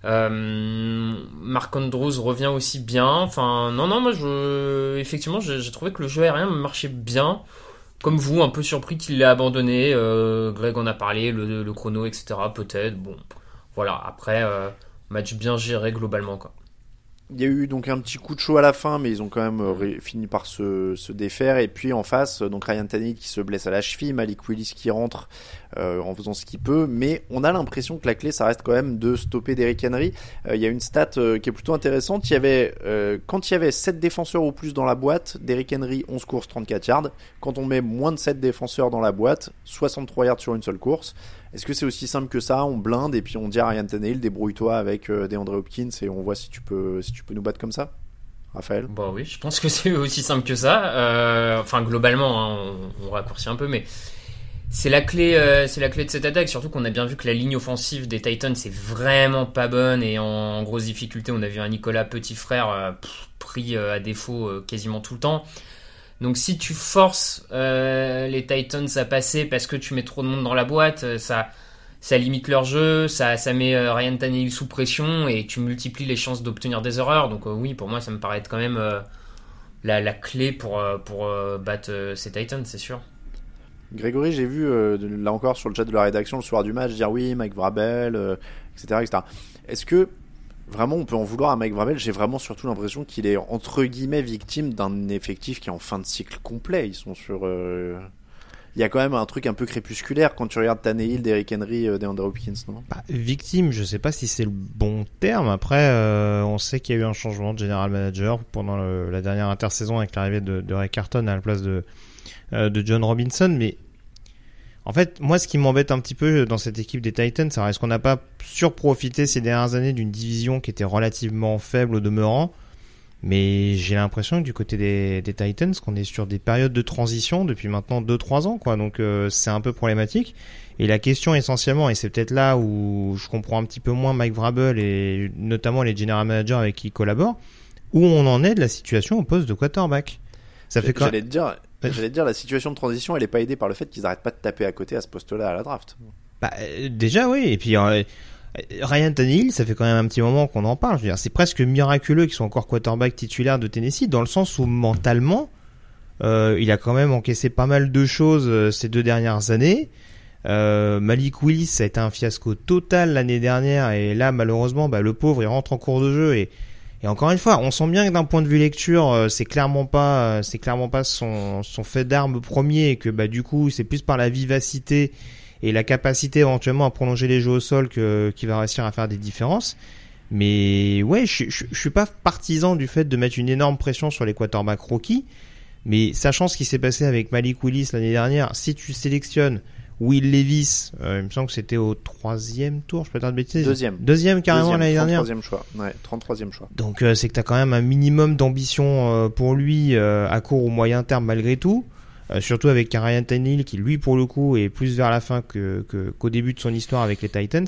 Euh, Mark Andrews revient aussi bien. Enfin, non, non, moi, je, effectivement, j'ai, j'ai trouvé que le jeu aérien marchait bien. Comme vous, un peu surpris qu'il l'ait abandonné. Euh, Greg en a parlé, le, le chrono, et cetera. Peut-être. Bon, voilà. Après, euh, match bien géré globalement, quoi. Il y a eu donc un petit coup de chaud à la fin, mais ils ont quand même ré- fini par se, se défaire. Et puis en face, donc Ryan Tannehill qui se blesse à la cheville, Malik Willis qui rentre euh, en faisant ce qu'il peut. Mais on a l'impression que la clé, ça reste quand même de stopper Derrick Henry. Euh, il y a une stat euh, qui est plutôt intéressante. Il y avait, euh, quand il y avait sept défenseurs ou plus dans la boîte, Derrick Henry onze courses, trente-quatre yards. Quand on met moins de sept défenseurs dans la boîte, soixante-trois yards sur une seule course. Est-ce que c'est aussi simple que ça? On blinde et puis on dit à Ryan Tannehill, débrouille-toi avec euh, DeAndre Hopkins et on voit si tu peux, si tu peux nous battre comme ça, Raphaël? Bah oui, je pense que c'est aussi simple que ça. Euh, enfin, globalement, hein, on, on raccourcit un peu, mais c'est la clé, euh, c'est la clé de cette attaque. Surtout qu'on a bien vu que la ligne offensive des Titans c'est vraiment pas bonne et en, en grosse difficulté. On a vu un Nicolas petit frère euh, pff, pris euh, à défaut euh, quasiment tout le temps. Donc si tu forces euh, les Titans à passer parce que tu mets trop de monde dans la boîte, ça, ça limite leur jeu, ça, ça met euh, Ryan Tannehill sous pression et tu multiplies les chances d'obtenir des erreurs. Donc euh, oui, pour moi, ça me paraît être quand même euh, la, la clé pour, euh, pour euh, battre euh, ces Titans, c'est sûr. Grégory, j'ai vu euh, là encore sur le chat de la rédaction le soir du match dire oui, Mike Vrabel, euh, et cetera, et cetera. Est-ce que vraiment on peut en vouloir à Mike Vrabel? J'ai vraiment surtout l'impression qu'il est entre guillemets victime d'un effectif qui est en fin de cycle complet. Ils sont sur... Euh... Il y a quand même un truc un peu crépusculaire quand tu regardes Tannehill, Derrick Henry, euh, DeAndre Hopkins, non? Bah, victime, je sais pas si c'est le bon terme. Après, euh, on sait qu'il y a eu un changement de general manager pendant le, la dernière intersaison avec l'arrivée de, de Ray Carton à la place de, euh, de John Robinson, mais en fait, moi, ce qui m'embête un petit peu dans cette équipe des Titans, c'est est-ce qu'on n'a pas surprofité ces dernières années d'une division qui était relativement faible au demeurant, mais j'ai l'impression que du côté des, des Titans, qu'on est sur des périodes de transition depuis maintenant deux trois ans, quoi. Donc euh, c'est un peu problématique. Et la question essentiellement, et c'est peut-être là où je comprends un petit peu moins Mike Vrabel et notamment les general managers avec qui il collabore, où on en est de la situation au poste de quarterback. Ça fait quand... J'allais te dire... J'allais te dire, la situation de transition, elle est pas aidée par le fait qu'ils arrêtent pas de taper à côté à ce poste-là à la draft. Bah, euh, déjà, oui. Et puis, euh, Ryan Tannehill, ça fait quand même un petit moment qu'on en parle. Je veux dire, c'est presque miraculeux qu'ils soient encore quarterback titulaire de Tennessee, dans le sens où mentalement, euh, il a quand même encaissé pas mal de choses euh, ces deux dernières années. Euh, Malik Willis, ça a été un fiasco total l'année dernière, et là, malheureusement, bah, le pauvre, il rentre en cours de jeu et Et encore une fois, on sent bien que d'un point de vue lecture, euh, c'est clairement pas, euh, c'est clairement pas son, son fait d'arme premier, et que bah du coup, c'est plus par la vivacité et la capacité éventuellement à prolonger les jeux au sol que qui va réussir à faire des différences. Mais ouais, je, je, je suis pas partisan du fait de mettre une énorme pression sur les quarterbacks rookies, mais sachant ce qui s'est passé avec Malik Willis l'année dernière, si tu sélectionnes Will Levis, euh, il me semble que c'était au troisième tour, je peux pas dire de bêtises. Deuxième. Deuxième carrément Deuxième, l'année dernière. trente-troisième choix. Ouais, trente-troisième choix. Donc euh, c'est que t'as quand même un minimum d'ambition euh, pour lui euh, à court ou moyen terme malgré tout. Euh, surtout avec un Ryan Tannehill qui lui pour le coup est plus vers la fin que, que qu'au début de son histoire avec les Titans.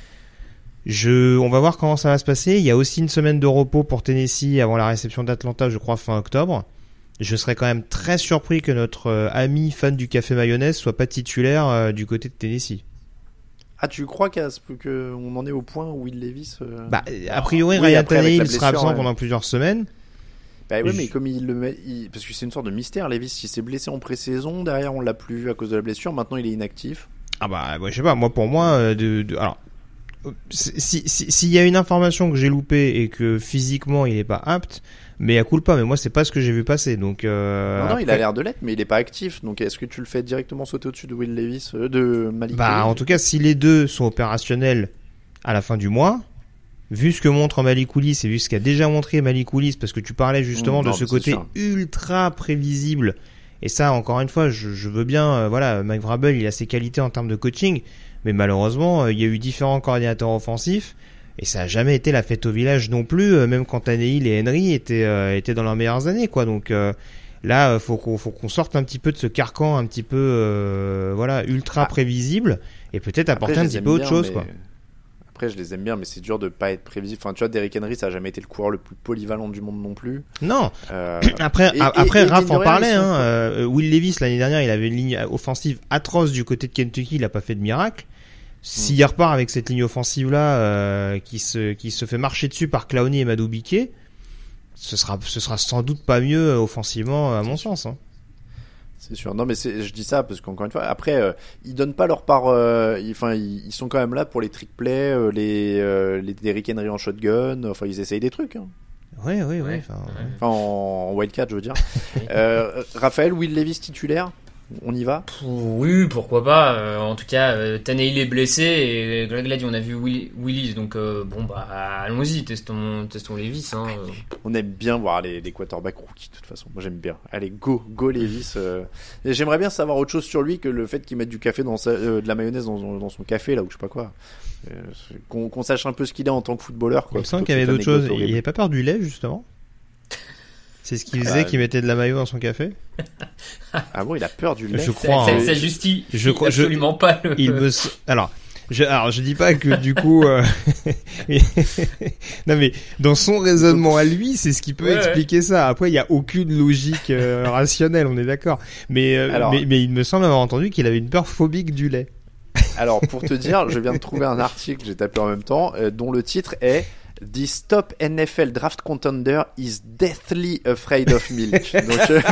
Je, on va voir comment ça va se passer. Il y a aussi une semaine de repos pour Tennessee avant la réception d'Atlanta, je crois fin octobre. Je serais quand même très surpris que notre euh, ami fan du café mayonnaise soit pas titulaire euh, du côté de Tennessee. Ah, tu crois qu'à ce, que on en est au point où Will Levis euh... Bah, a priori, oui, Ryan Tannehill sera absent ouais. pendant plusieurs semaines. Bah oui, mais comme il le met, il... parce que c'est une sorte de mystère, Levis, il s'est blessé en pré-saison, derrière on l'a plus vu à cause de la blessure, maintenant il est inactif. Ah bah, ouais, je sais pas, moi pour moi, euh, de, de, alors, si, si, s'il y a une information que j'ai loupée et que physiquement il est pas apte, mais à culpa, mais moi c'est pas ce que j'ai vu passer, donc. Euh, non, non, après... il a l'air de l'être, mais il est pas actif, donc est-ce que tu le fais directement sauter au-dessus de Will Levis, euh, de Malik Bah, Levis en tout cas, si les deux sont opérationnels à la fin du mois, vu ce que montre Malik Willis et vu ce qu'a déjà montré Malik Willis, parce que tu parlais justement mmh, de non, ce côté sûr. ultra prévisible, et ça, encore une fois, je, je veux bien, euh, voilà, Mike Vrabel, il a ses qualités en termes de coaching, mais malheureusement, euh, il y a eu différents coordinateurs offensifs, et ça a jamais été la fête au village non plus, euh, même quand Tannehill et Henry étaient, euh, étaient dans leurs meilleures années, quoi. Donc, euh, Là, faut qu'on, faut qu'on sorte un petit peu de ce carcan un petit peu, euh, voilà, ultra ah. prévisible et peut-être apporter Après, un petit peu autre chose, mais... quoi. Après, je les aime bien, mais c'est dur de pas être prévisible. Enfin, tu vois, Derrick Henry, ça a jamais été le coureur le plus polyvalent du monde non plus. Non. Euh... Après, et, après, et, Raph en parlait. Hein, euh, Will Levis l'année dernière, il avait une ligne offensive atroce du côté de Kentucky. Il a pas fait de miracle. S'il hmm. repart avec cette ligne offensive là, euh, qui se qui se fait marcher dessus par Clowney et Madou Biquet, ce sera ce sera sans doute pas mieux offensivement à mon sens. Hein. C'est sûr. Non, mais c'est, je dis ça parce qu'encore une fois, après, euh, ils donnent pas leur part. Euh, ils, enfin, ils, ils sont quand même là pour les trick plays, euh, les, euh, les Derrick Henry en shotgun. Enfin, ils essayent des trucs. Hein. Oui, oui, oui. Enfin, ouais. enfin en, en wildcat, je veux dire. euh, Raphaël, Will Levis titulaire. On y va ? Oui, pourquoi pas. Euh, en tout cas, euh, Tannehill est blessé et Greg l'a dit, on a vu Will, Willis, donc euh, bon bah allons-y, testons, testons Levis. Hein. On aime bien voir les, les quarterbacks rookies de toute façon. Moi j'aime bien. Allez, go, go Levis. Euh... Et j'aimerais bien savoir autre chose sur lui que le fait qu'il mette du café dans sa, euh, de la mayonnaise dans, dans son café là ou je sais pas quoi. Euh, qu'on, qu'on sache un peu ce qu'il est en tant que footballeur. Quoi, il me semble qu'il y avait d'autres choses. Il n'avait pas peur du lait justement. C'est ce qu'il faisait, ah, qu'il mettait de la mayo dans son café. Ah bon, il a peur du lait. Je crois. Ça, hein. ça justifie je crois, absolument je, pas. Le... Il me. Alors, je, alors, je dis pas que du coup. Euh... non mais dans son raisonnement à lui, c'est ce qui peut ouais, expliquer ouais. ça. Après, il y a aucune logique euh, rationnelle, on est d'accord. Mais, euh, alors... mais mais il me semble avoir entendu qu'il avait une peur phobique du lait. Alors, pour te dire, je viens de trouver un article, j'ai tapé en même temps, euh, dont le titre est. This top N F L draft contender is deathly afraid of milk. Donc, euh...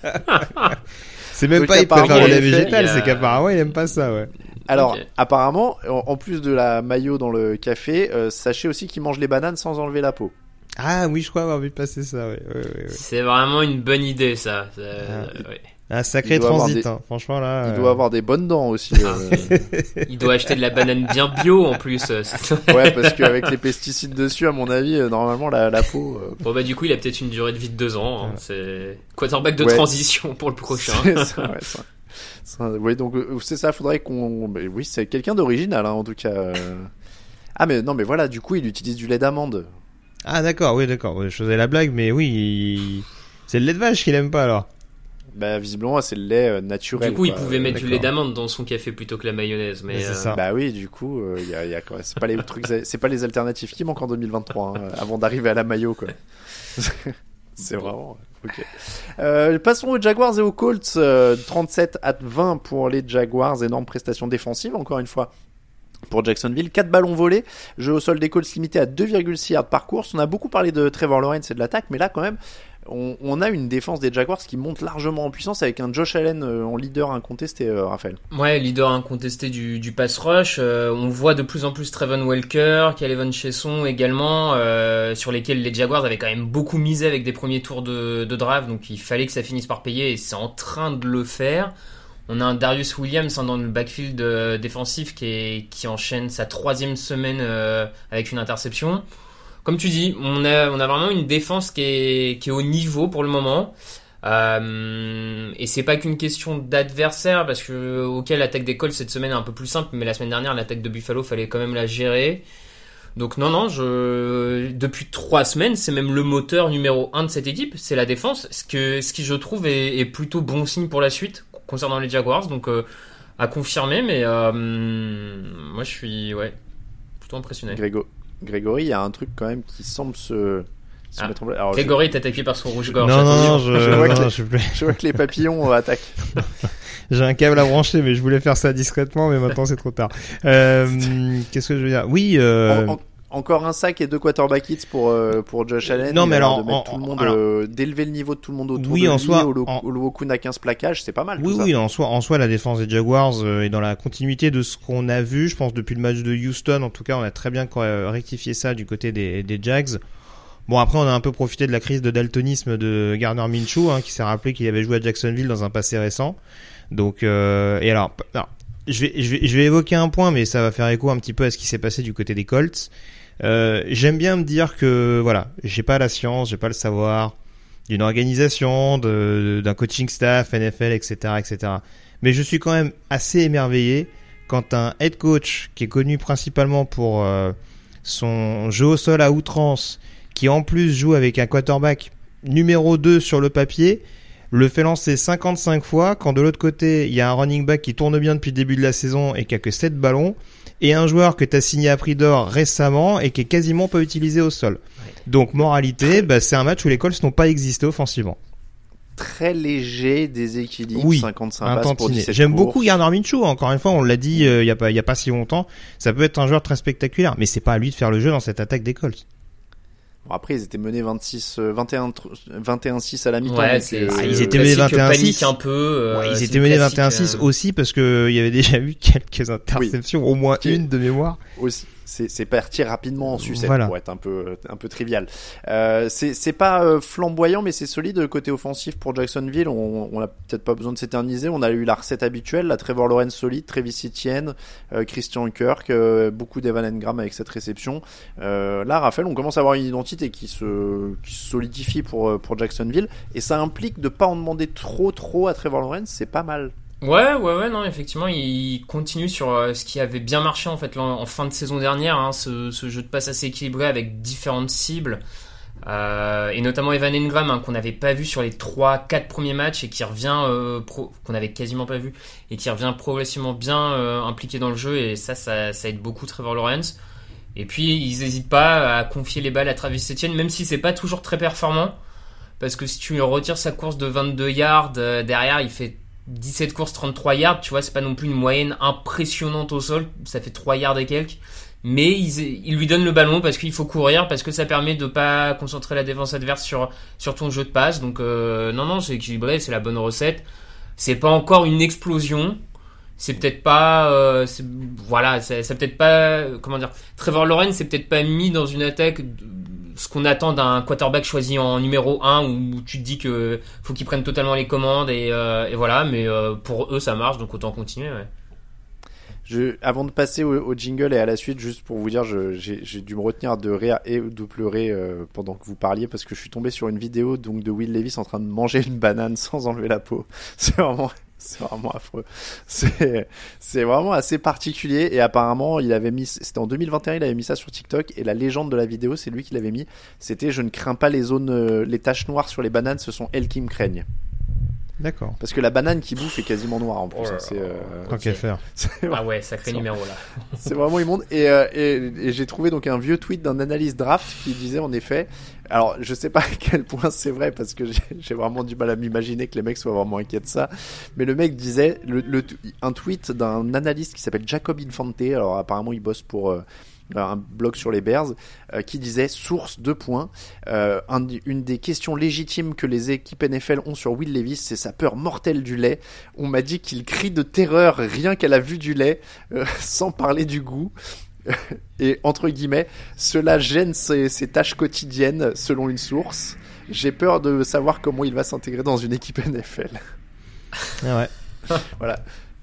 c'est même donc pas il préfère le lait végétal, a... c'est qu'apparemment il aime pas ça, ouais. Alors, okay. apparemment, en plus de la mayo dans le café, euh, sachez aussi qu'il mange les bananes sans enlever la peau. Ah oui, je crois avoir vu passer ça, ouais. ouais, ouais, ouais. C'est vraiment une bonne idée, ça. ça ah. ouais. Un sacré transit, des... hein. Franchement là. Il euh... doit avoir des bonnes dents aussi. Euh... Il doit acheter de la banane bien bio en plus. Ouais, parce qu'avec les pesticides dessus, à mon avis, euh, normalement la, la peau. Euh... Bon bah du coup, il a peut-être une durée de vie de deux ans. Hein. C'est quarterback de ouais. transition pour le prochain. C'est ça, ouais, ça. ça oui, donc c'est ça. Faudrait qu'on. Mais oui, c'est quelqu'un d'original hein, en tout cas. Ah mais non, mais voilà. Du coup, il utilise du lait d'amande. Ah d'accord, oui d'accord. Je faisais la blague, mais oui, il... c'est le lait de vache qu'il aime pas alors. Bah visiblement c'est le lait euh, naturel. Du coup, quoi. Il pouvait mettre D'accord. du lait d'amande dans son café plutôt que la mayonnaise, mais, mais c'est euh... ça. Bah oui, du coup, il euh, y a, y a quoi. C'est pas les trucs, c'est pas les alternatives qui manquent en deux mille vingt-trois hein, avant d'arriver à la mayo quoi. C'est vraiment. Ok. Euh, passons aux Jaguars et aux Colts. Euh, trente-sept à vingt pour les Jaguars. Énorme prestation défensive encore une fois. Pour Jacksonville, quatre ballons volés, jeu au sol des Colts limité à deux virgule six yards par course. On a beaucoup parlé de Trevor Lawrence et de l'attaque, mais là quand même, on, on a une défense des Jaguars qui monte largement en puissance avec un Josh Allen euh, en leader incontesté, euh, Raphaël. Ouais, leader incontesté du, du pass rush. Euh, on voit de plus en plus Trevon Welker, Calvin Chesson également, euh, sur lesquels les Jaguars avaient quand même beaucoup misé avec des premiers tours de, de draft, donc il fallait que ça finisse par payer et c'est en train de le faire. On a un Darius Williams hein, dans le backfield euh, défensif qui, est, qui enchaîne sa troisième semaine euh, avec une interception. Comme tu dis, on a, on a vraiment une défense qui est, qui est au niveau pour le moment. Euh, et c'est pas qu'une question d'adversaire parce que ok l'attaque des Colts cette semaine est un peu plus simple, mais la semaine dernière l'attaque de Buffalo fallait quand même la gérer. Donc non non, je depuis trois semaines c'est même le moteur numéro un de cette équipe, c'est la défense. Ce que ce qui je trouve est, est plutôt bon signe pour la suite concernant les Jaguars, donc euh, à confirmer, mais euh, moi je suis ouais plutôt impressionné. Grégo, Grégory, il y a un truc quand même qui semble se, se ah. mettre en place. Alors, Grégory je... est attaqué par son rouge-gorge. Non, non, non, je, je, vois non, que les... je, je vois que les papillons attaquent. J'ai un câble à brancher, mais je voulais faire ça discrètement, mais maintenant c'est trop tard. Euh, qu'est-ce que je veux dire ? Oui. Euh... En, en... Encore un sac et deux quarterback hits pour euh, pour Josh Allen. Non mais alors, de mettre en, tout le monde, alors euh, d'élever le niveau de tout le monde autour oui, de en lui. Soi, Oluokun a quinze plaquages, c'est pas mal. Oui tout oui, ça. en soi en soi la défense des Jaguars euh, est dans la continuité de ce qu'on a vu, je pense depuis le match de Houston. En tout cas, on a très bien rectifié ça du côté des des Jags. Bon après, on a un peu profité de la crise de daltonisme de Gardner Minshew, hein, qui s'est rappelé qu'il avait joué à Jacksonville dans un passé récent. Donc euh, et alors, alors je vais je vais je vais évoquer un point, mais ça va faire écho un petit peu à ce qui s'est passé du côté des Colts. Euh, j'aime bien me dire que voilà, j'ai pas la science, j'ai pas le savoir d'une organisation, de, d'un coaching staff, N F L, et cetera, et cetera. Mais je suis quand même assez émerveillé quand un head coach qui est connu principalement pour euh, son jeu au sol à outrance, qui en plus joue avec un quarterback numéro deux sur le papier, le fait lancer cinquante-cinq fois, quand de l'autre côté, il y a un running back qui tourne bien depuis le début de la saison et qui a que sept ballons, et un joueur que t'as signé à prix d'or récemment et qui est quasiment pas utilisé au sol. Ouais. Donc, moralité, bah, c'est un match où les Colts n'ont pas existé offensivement. Très léger déséquilibre, oui, cinquante-cinq passes pour dix-sept J'aime courses. beaucoup Gardner Minshew, encore une fois, on l'a dit il euh, y a pas il y a pas si longtemps, ça peut être un joueur très spectaculaire, mais c'est pas à lui de faire le jeu dans cette attaque des Colts. Bon, après ils étaient menés vingt-six, vingt et un, vingt et un six à la mi-temps. Ouais, donc, c'est, euh, ah, ils étaient menés vingt et un six un peu. Euh, ouais, ils étaient menés vingt et un six euh... aussi parce que il y avait déjà eu quelques interceptions, oui. au moins qui... une de mémoire. Aussi. C'est, c'est parti rapidement en sucette voilà. pour être un peu, un peu trivial. Euh, c'est, c'est pas euh, flamboyant, mais c'est solide côté offensif pour Jacksonville. On, on a peut-être pas besoin de s'éterniser. On a eu la recette habituelle, la Trevor Lawrence solide, Travis Etienne, euh, Christian Kirk, euh, beaucoup d'Evan Engram avec cette réception. Euh, là, Raphaël, on commence à avoir une identité qui se, qui se solidifie pour, pour Jacksonville, et ça implique de pas en demander trop, trop à Trevor Lawrence. C'est pas mal. Ouais, ouais, ouais, non, effectivement, il continue sur euh, ce qui avait bien marché en fait en, en fin de saison dernière, hein, ce, ce jeu de passe assez équilibré avec différentes cibles, euh, et notamment Evan Engram, hein, qu'on n'avait pas vu sur les trois quatre premiers matchs et qui revient, euh, pro, qu'on avait quasiment pas vu et qui revient progressivement bien euh, impliqué dans le jeu, et ça, ça, ça aide beaucoup Trevor Lawrence. Et puis ils n'hésitent pas à confier les balles à Travis Etienne, même si c'est pas toujours très performant, parce que si tu lui retires sa course de vingt-deux yards, euh, derrière il fait dix-sept courses, trente-trois yards, tu vois, c'est pas non plus une moyenne impressionnante au sol, ça fait trois yards et quelques, mais ils, ils lui donnent le ballon parce qu'il faut courir, parce que ça permet de pas concentrer la défense adverse sur, sur ton jeu de passe, donc euh, non, non, c'est équilibré, c'est la bonne recette, c'est pas encore une explosion, c'est peut-être pas, euh, c'est, voilà, c'est, c'est peut-être pas, comment dire, Trevor Lawrence c'est peut-être pas mis dans une attaque, ce qu'on attend d'un quarterback choisi en numéro un, où tu te dis que faut qu'ils prennent totalement les commandes, et, euh, et voilà, mais euh, pour eux ça marche, donc autant continuer. Ouais. Je, avant de passer au, au jingle et à la suite, juste pour vous dire, je, j'ai, j'ai dû me retenir de rire et de pleurer euh, pendant que vous parliez, parce que je suis tombé sur une vidéo donc de Will Levis en train de manger une banane sans enlever la peau. C'est vraiment... C'est vraiment affreux. C'est, c'est vraiment assez particulier, et apparemment, il avait mis, c'était en deux mille vingt et un, il avait mis ça sur TikTok, et la légende de la vidéo, c'est lui qui l'avait mis. C'était, je ne crains pas les zones, les taches noires sur les bananes, ce sont elles qui me craignent. D'accord. Parce que la banane qui bouffe est quasiment noire en plus. Oh, hein, c'est, euh, tant qu'à faire. Ah ouais, sacré numéro là. C'est vraiment immonde. Et, euh, et, et j'ai trouvé donc un vieux tweet d'un analyste draft qui disait en effet, alors je sais pas à quel point c'est vrai parce que j'ai, j'ai vraiment du mal à m'imaginer que les mecs soient vraiment inquiets de ça, mais le mec disait, le, le, un tweet d'un analyste qui s'appelle Jacob Infante, alors apparemment il bosse pour... Euh, un blog sur les Bears, euh, qui disait, source deux points, euh, un, une des questions légitimes que les équipes N F L ont sur Will Levis, c'est sa peur mortelle du lait. On m'a dit qu'il crie de terreur rien qu'à la vue du lait, euh, sans parler du goût. Et entre guillemets, cela gêne ses, ses tâches quotidiennes, selon une source. J'ai peur de savoir comment il va s'intégrer dans une équipe N F L. Ah ouais. Voilà.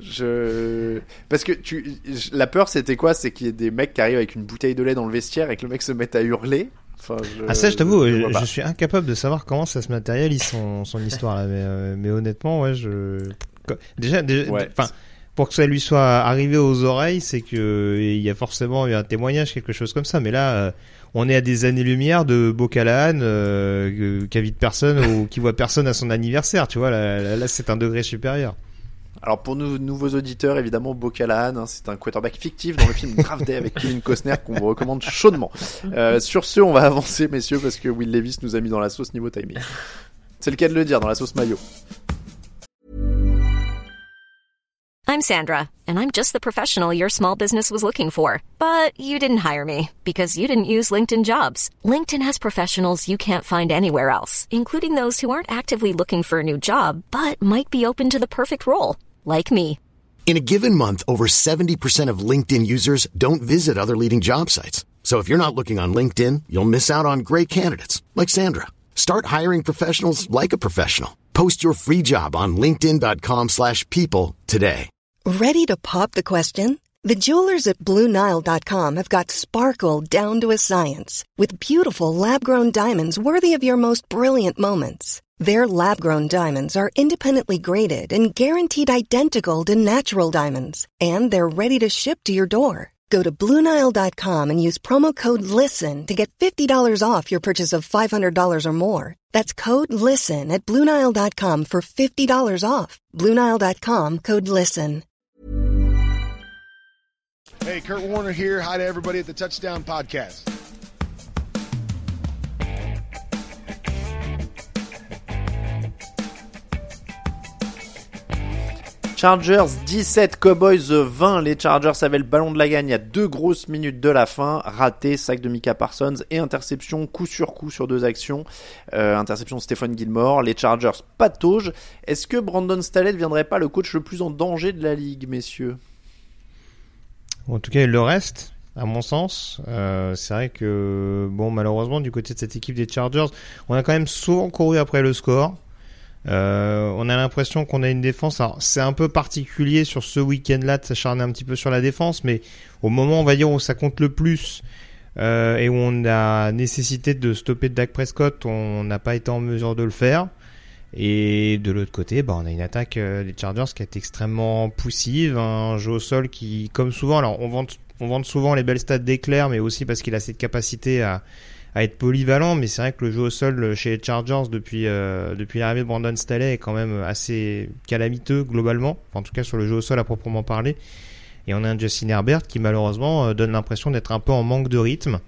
Je parce que tu la peur c'était quoi, c'est qu'il y ait des mecs qui arrivent avec une bouteille de lait dans le vestiaire et que le mec se mette à hurler. Enfin, je... Ah ça je t'avoue, je, je, je suis incapable de savoir comment ça se matérialise son, son histoire là, mais, euh, mais honnêtement ouais je déjà déjà ouais. enfin pour que ça lui soit arrivé aux oreilles, c'est que il y a forcément eu un témoignage, quelque chose comme ça, mais là euh, on est à des années-lumière de Bo Callahan euh, qui invite personne ou qui voit personne à son anniversaire, tu vois, là, là, là c'est un degré supérieur. Alors pour nous nouveaux auditeurs, évidemment, Bo Callahan, hein, c'est un quarterback fictif dans le film Draft Day avec Kevin Costner qu'on vous recommande chaudement. Euh, sur ce, on va avancer, messieurs, parce que Will Levis nous a mis dans la sauce niveau timing. C'est le cas de le dire, dans la sauce mayo. I'm Sandra, and I'm just the professional your small business was looking for. But you didn't hire me because you didn't use LinkedIn Jobs. LinkedIn has professionals you can't find anywhere else, including those who aren't actively looking for a new job, but might be open to the perfect role, like me. In a given month, over seventy percent of LinkedIn users don't visit other leading job sites. So if you're not looking on LinkedIn, you'll miss out on great candidates, like Sandra. Start hiring professionals like a professional. Post your free job on linkedin.com slash people today. Ready to pop the question? The jewelers at Blue Nile dot com have got sparkle down to a science with beautiful lab-grown diamonds worthy of your most brilliant moments. Their lab-grown diamonds are independently graded and guaranteed identical to natural diamonds, and they're ready to ship to your door. Go to Blue Nile dot com and use promo code LISTEN to get fifty dollars off your purchase of five hundred dollars or more. That's code LISTEN at Blue Nile dot com for fifty dollars off. Blue Nile dot com, code LISTEN. Hey, Kurt Warner here. Hi to everybody at the Touchdown Podcast. Chargers dix-sept, Cowboys vingt. Les Chargers avaient le ballon de la gagne à deux grosses minutes de la fin. Raté, sac de Micah Parsons et interception coup sur coup sur deux actions. Euh, interception de Stephon Gilmore. Les Chargers patauge. Est-ce que Brandon Staley ne deviendrait pas le coach le plus en danger de la ligue, messieurs ? En tout cas, il le reste, à mon sens. Euh, c'est vrai que, bon, malheureusement, du côté de cette équipe des Chargers, on a quand même souvent couru après le score. Euh, on a l'impression qu'on a une défense. Alors, c'est un peu particulier sur ce week-end-là de s'acharner un petit peu sur la défense, mais au moment, on va dire, où ça compte le plus euh, et où on a nécessité de stopper Dak Prescott, on n'a pas été en mesure de le faire. Et de l'autre côté, bah, on a une attaque euh, des Chargers qui est extrêmement poussive, un jeu au sol qui, comme souvent, alors on vante, on vante souvent les belles stats d'Eclair, mais aussi parce qu'il a cette capacité à à être polyvalent, mais c'est vrai que le jeu au sol chez les Chargers depuis euh, depuis l'arrivée de Brandon Staley est quand même assez calamiteux globalement, enfin, en tout cas sur le jeu au sol à proprement parler. Et on a un Justin Herbert qui malheureusement euh, donne l'impression d'être un peu en manque de rythme.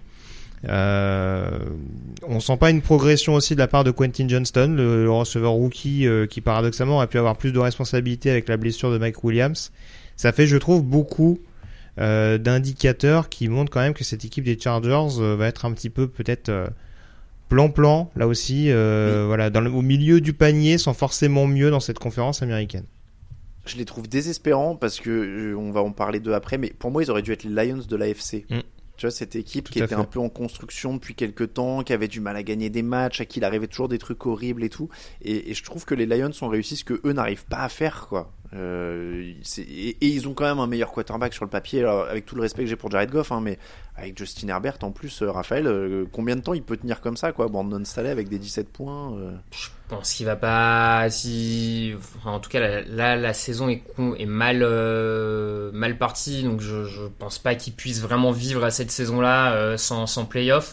Euh, on sent pas une progression aussi de la part de Quentin Johnston, le, le receveur rookie euh, qui paradoxalement aurait pu avoir plus de responsabilités avec la blessure de Mike Williams. Ça fait, je trouve, beaucoup Euh, d'indicateurs qui montrent quand même que cette équipe des Chargers euh, va être un petit peu peut-être euh, plan-plan là aussi euh, oui. Voilà, dans le, au milieu du panier sans forcément mieux dans cette conférence américaine. Je les trouve désespérants parce que euh, on va en parler d'eux après, mais pour moi ils auraient dû être les Lions de l'A F C. Mm. Tu vois, cette équipe Tout qui était fait. un peu en construction depuis quelques temps, qui avait du mal à gagner des matchs, à qui il arrivait toujours des trucs horribles et tout. Et, et je trouve que les Lions ont réussi ce que eux n'arrivent pas à faire, quoi. Euh, c'est, et, et ils ont quand même un meilleur quarterback sur le papier, alors, avec tout le respect que j'ai pour Jared Goff, hein, mais avec Justin Herbert en plus, euh, Raphaël, euh, combien de temps il peut tenir comme ça, quoi, Brandon Staley avec des dix-sept points euh... Je pense qu'il va pas, si, enfin, en tout cas là, là la saison est, est mal euh, mal partie, donc je, je pense pas qu'il puisse vraiment vivre à cette saison-là euh, sans sans playoff.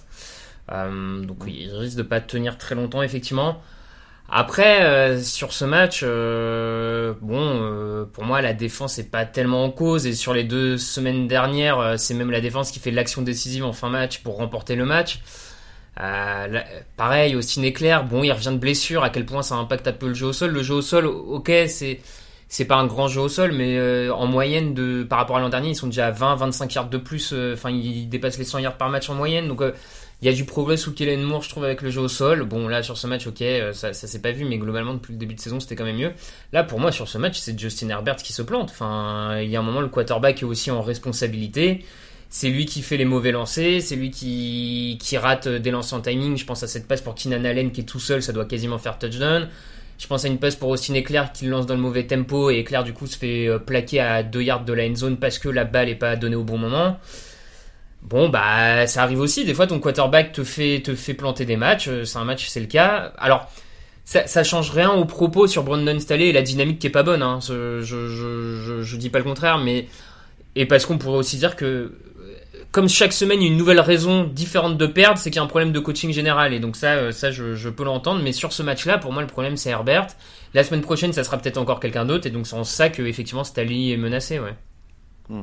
Euh, donc oui, il risque de pas tenir très longtemps effectivement. Après, euh, sur ce match, euh, bon, euh, pour moi, la défense est pas tellement en cause. Et sur les deux semaines dernières, euh, c'est même la défense qui fait l'action décisive en fin match pour remporter le match. Euh, là, pareil, Austin Ekeler, bon, il revient de blessure. À quel point ça impacte un peu le jeu au sol. Le jeu au sol, ok, c'est c'est pas un grand jeu au sol, mais euh, en moyenne, de par rapport à l'an dernier, ils sont déjà à vingt à vingt-cinq yards de plus. Enfin, euh, ils dépassent les cent yards par match en moyenne. Donc euh, il y a du progrès sous Kellen Moore, je trouve, avec le jeu au sol. Bon, là, sur ce match, ok, ça, ça s'est pas vu, mais globalement, depuis le début de saison, c'était quand même mieux. Là, pour moi, sur ce match, c'est Justin Herbert qui se plante. Enfin, il y a un moment, le quarterback est aussi en responsabilité. C'est lui qui fait les mauvais lancers, c'est lui qui, qui rate des lancers en timing. Je pense à cette passe pour Keenan Allen qui est tout seul, ça doit quasiment faire touchdown. Je pense à une passe pour Austin Ekeler qui le lance dans le mauvais tempo et Ekeler, du coup, se fait plaquer à deux yards de la end zone parce que la balle est pas donnée au bon moment. Bon, bah, ça arrive aussi. Des fois, ton quarterback te fait, te fait planter des matchs. C'est un match, c'est le cas. Alors, ça, ça change rien au propos sur Brandon Staley et la dynamique qui est pas bonne, hein. Je, je, je, je dis pas le contraire, mais, et parce qu'on pourrait aussi dire que, comme chaque semaine, il y a une nouvelle raison différente de perdre, c'est qu'il y a un problème de coaching général. Et donc ça, ça, je, je peux l'entendre. Mais sur ce match-là, pour moi, le problème, c'est Herbert. La semaine prochaine, ça sera peut-être encore quelqu'un d'autre. Et donc, c'est en ça que, effectivement, Staley est menacé, ouais. Hmm.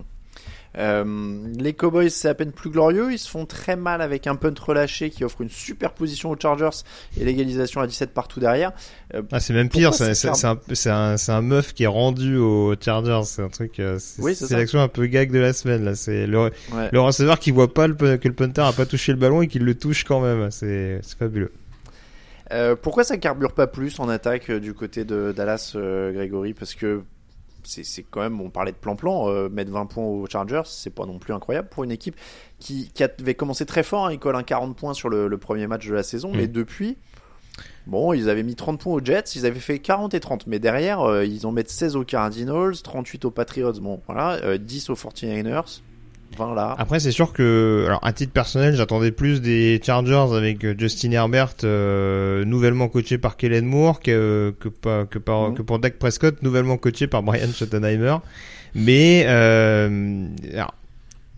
Euh, les Cowboys, c'est à peine plus glorieux. Ils se font très mal avec un punt relâché qui offre une super position aux Chargers et l'égalisation à dix-sept partout derrière. Euh, ah, c'est même pire, c'est, c'est, c'est, un, c'est, un, c'est un meuf qui est rendu aux Chargers. C'est un truc, c'est, oui, c'est, c'est l'action un peu gag de la semaine là. C'est le, ouais. le receveur qui voit pas le, que le punter a pas touché le ballon et qui le touche quand même. C'est, c'est fabuleux. Euh, pourquoi ça carbure pas plus en attaque euh, du côté de Dallas, euh, Grégory? Parce que C'est, c'est quand même, on parlait de plan-plan, euh, mettre vingt points aux Chargers, c'est pas non plus incroyable pour une équipe qui, qui avait commencé très fort, hein, ils collent un quarante points sur le, le premier match de la saison, mmh. mais depuis, bon, ils avaient mis trente points aux Jets, ils avaient fait quarante et trente, mais derrière, euh, ils en mettent seize aux Cardinals, trente-huit aux Patriots, bon, voilà, euh, dix aux forty-niners, vingt là. Après, c'est sûr que, alors, à titre personnel, j'attendais plus des Chargers avec Justin Herbert, euh, nouvellement coaché par Kellen Moore, que, que, que, que, par, mmh. que pour Dak Prescott, nouvellement coaché par Brian Schottenheimer. Mais, euh, alors,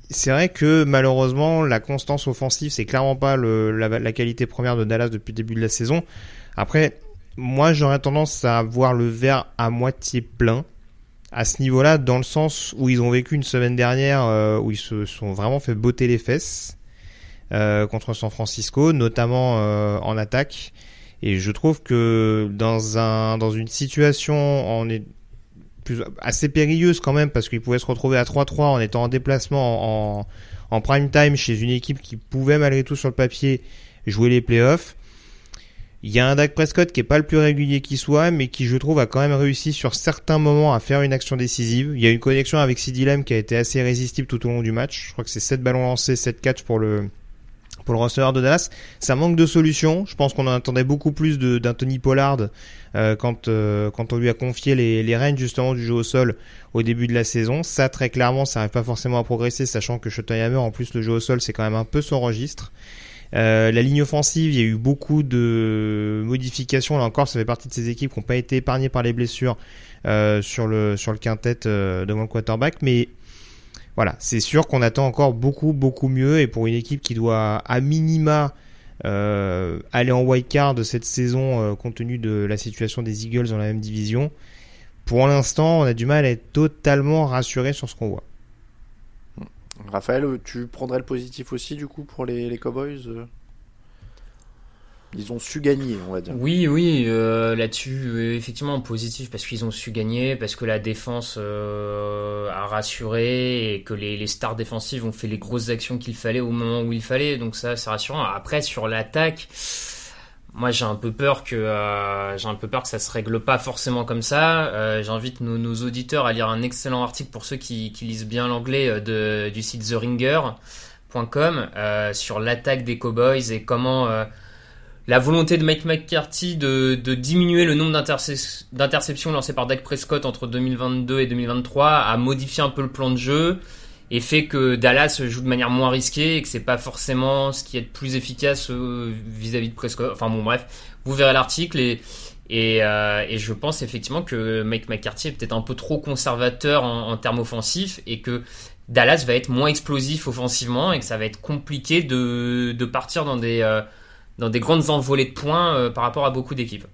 c'est vrai que malheureusement la constance offensive c'est clairement pas le, la, la qualité première de Dallas depuis le début de la saison. Après, moi j'aurais tendance à voir le verre à moitié plein à ce niveau-là, dans le sens où ils ont vécu une semaine dernière euh, où ils se sont vraiment fait botter les fesses euh, contre San Francisco, notamment euh, en attaque. Et je trouve que dans un dans une situation on est plus, assez périlleuse quand même, parce qu'ils pouvaient se retrouver à trois trois en étant en déplacement en, en prime time chez une équipe qui pouvait malgré tout sur le papier jouer les playoffs. Il y a un Dak Prescott qui est pas le plus régulier qui soit, mais qui je trouve a quand même réussi sur certains moments à faire une action décisive. Il y a une connexion avec CeeDee Lamb qui a été assez irrésistible tout au long du match. Je crois que c'est sept ballons lancés, sept catchs pour le pour le receveur de Dallas. Ça manque de solutions. Je pense qu'on en attendait beaucoup plus de, d'un Tony Pollard euh, quand euh, quand on lui a confié les, les rênes justement du jeu au sol au début de la saison. Ça, très clairement, ça n'arrive pas forcément à progresser, sachant que Schottenheimer, en plus, le jeu au sol, c'est quand même un peu son registre. Euh, la ligne offensive, il y a eu beaucoup de modifications. Là encore, ça fait partie de ces équipes qui n'ont pas été épargnées par les blessures euh, sur le sur le quintet euh, devant le quarterback. Mais voilà, c'est sûr qu'on attend encore beaucoup beaucoup mieux. Et pour une équipe qui doit à minima euh, aller en wild card cette saison, euh, compte tenu de la situation des Eagles dans la même division, pour l'instant, on a du mal à être totalement rassuré sur ce qu'on voit. Raphaël, tu prendrais le positif aussi du coup pour les, les Cowboys? Ils ont su gagner, on va dire. Oui, oui, euh, là-dessus, euh, effectivement, positif parce qu'ils ont su gagner, parce que la défense euh, a rassuré et que les, les stars défensives ont fait les grosses actions qu'il fallait au moment où il fallait, donc ça, c'est rassurant. Après, sur l'attaque, moi, j'ai un peu peur que euh, j'ai un peu peur que ça se règle pas forcément comme ça. Euh, j'invite nos, nos auditeurs à lire un excellent article pour ceux qui, qui lisent bien l'anglais de, du site the ringer point com euh, sur l'attaque des Cowboys et comment euh, la volonté de Mike McCarthy de, de diminuer le nombre d'interce- d'interceptions lancées par Dak Prescott entre deux mille vingt-deux et deux mille vingt-trois a modifié un peu le plan de jeu et fait que Dallas joue de manière moins risquée et que c'est pas forcément ce qui est le plus efficace vis-à-vis de Prescott. Enfin bon, bref, vous verrez l'article et et, euh, et je pense effectivement que Mike McCarthy est peut-être un peu trop conservateur en, en termes offensifs et que Dallas va être moins explosif offensivement et que ça va être compliqué de de partir dans des euh, dans des grandes envolées de points euh, par rapport à beaucoup d'équipes.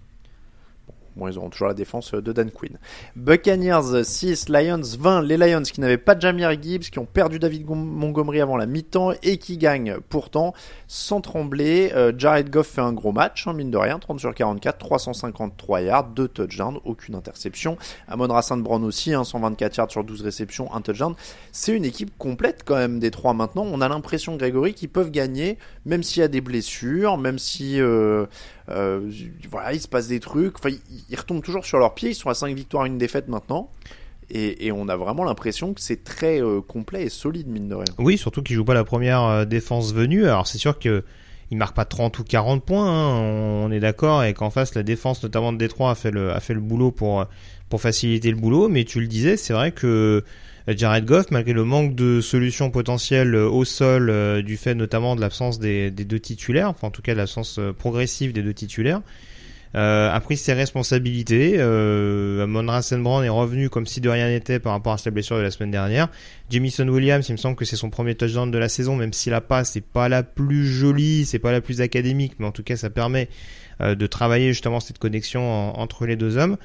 Bon, ils auront toujours la défense de Dan Quinn. Buccaneers six, Lions vingt. Les Lions qui n'avaient pas de Jahmyr Gibbs, qui ont perdu David Montgomery avant la mi-temps et qui gagnent pourtant sans trembler. Euh, Jared Goff fait un gros match, hein, mine de rien, trente sur quarante-quatre, trois cent cinquante-trois yards, deux touchdowns, aucune interception. Amon-Ra Saint Brown aussi, hein, cent vingt-quatre yards sur douze réceptions, un touchdown. C'est une équipe complète quand même des trois maintenant. On a l'impression, Grégory, qu'ils peuvent gagner, même s'il y a des blessures, même si... Euh, Euh, voilà, il se passe des trucs. Enfin, ils, ils retombent toujours sur leurs pieds. Ils sont à cinq victoires, une défaite maintenant. Et, et on a vraiment l'impression que c'est très euh, complet et solide, mine de rien. Oui, surtout qu'ils jouent pas la première euh, défense venue. Alors c'est sûr que ils marquent pas trente ou quarante points, hein, on est d'accord, et qu'en face la défense notamment de Détroit a fait le a fait le boulot pour pour faciliter le boulot. Mais tu le disais, c'est vrai que Jared Goff, malgré le manque de solutions potentielles au sol, euh, du fait notamment de l'absence des, des deux titulaires, enfin en tout cas de l'absence progressive des deux titulaires, euh, a pris ses responsabilités. Euh, Amon-Ra Saint Brown est revenu comme si de rien n'était par rapport à sa blessure de la semaine dernière. Jamison Williams, il me semble que c'est son premier touchdown de la saison, même si la passe c'est pas la plus jolie, c'est pas la plus académique, mais en tout cas ça permet euh, de travailler justement cette connexion en, entre les deux hommes.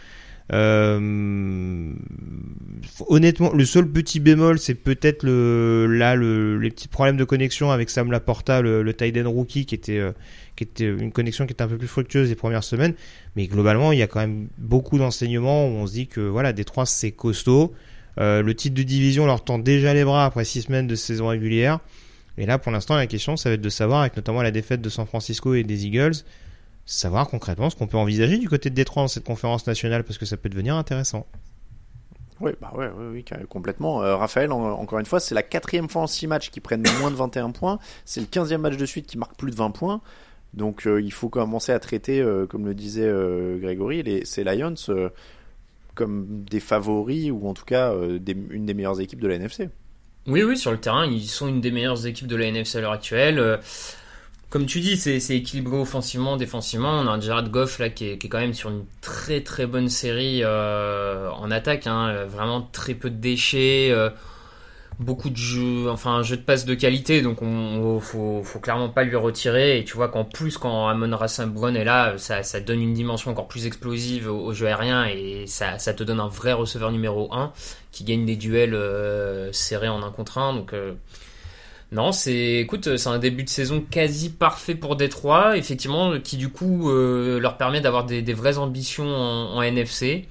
Euh, honnêtement, le seul petit bémol, c'est peut-être le là le les petits problèmes de connexion avec Sam Laporta, le, le tight end rookie, qui était euh, qui était une connexion qui était un peu plus fructueuse les premières semaines. Mais globalement, il y a quand même beaucoup d'enseignements où on se dit que voilà, Détroit c'est costaud. Euh, le titre de division leur tend déjà les bras après six semaines de saison régulière. Et là, pour l'instant, la question, ça va être de savoir, avec notamment la défaite de San Francisco et des Eagles, savoir concrètement ce qu'on peut envisager du côté de Détroit dans cette conférence nationale, parce que ça peut devenir intéressant. Oui, bah ouais, oui, oui, complètement. Euh, Raphaël, en, encore une fois, c'est la quatrième fois en six matchs qu'ils prennent moins de vingt et un points. C'est le quinzième match de suite qui marque plus de vingt points. Donc euh, il faut commencer à traiter, euh, comme le disait euh, Grégory, les, ces Lions euh, comme des favoris, ou en tout cas euh, des, une des meilleures équipes de la N F C. Oui, oui, sur le terrain, ils sont une des meilleures équipes de la N F C à l'heure actuelle. Euh, Comme tu dis, c'est, c'est équilibré offensivement, défensivement. On a un Jared Goff là qui est, qui est quand même sur une très très bonne série euh, en attaque, hein, vraiment très peu de déchets. Euh, beaucoup de jeux, enfin un jeu de passe de qualité, donc on, on faut, faut clairement pas lui retirer. Et tu vois qu'en plus quand Amon-Ra Saint Brown est là, ça, ça donne une dimension encore plus explosive au, au jeu aérien et ça, ça te donne un vrai receveur numéro un qui gagne des duels euh, serrés en un contre un. Donc euh, non, c'est, écoute, c'est un début de saison quasi parfait pour Détroit, effectivement, qui du coup euh, leur permet d'avoir des, des vraies ambitions en, en N F C.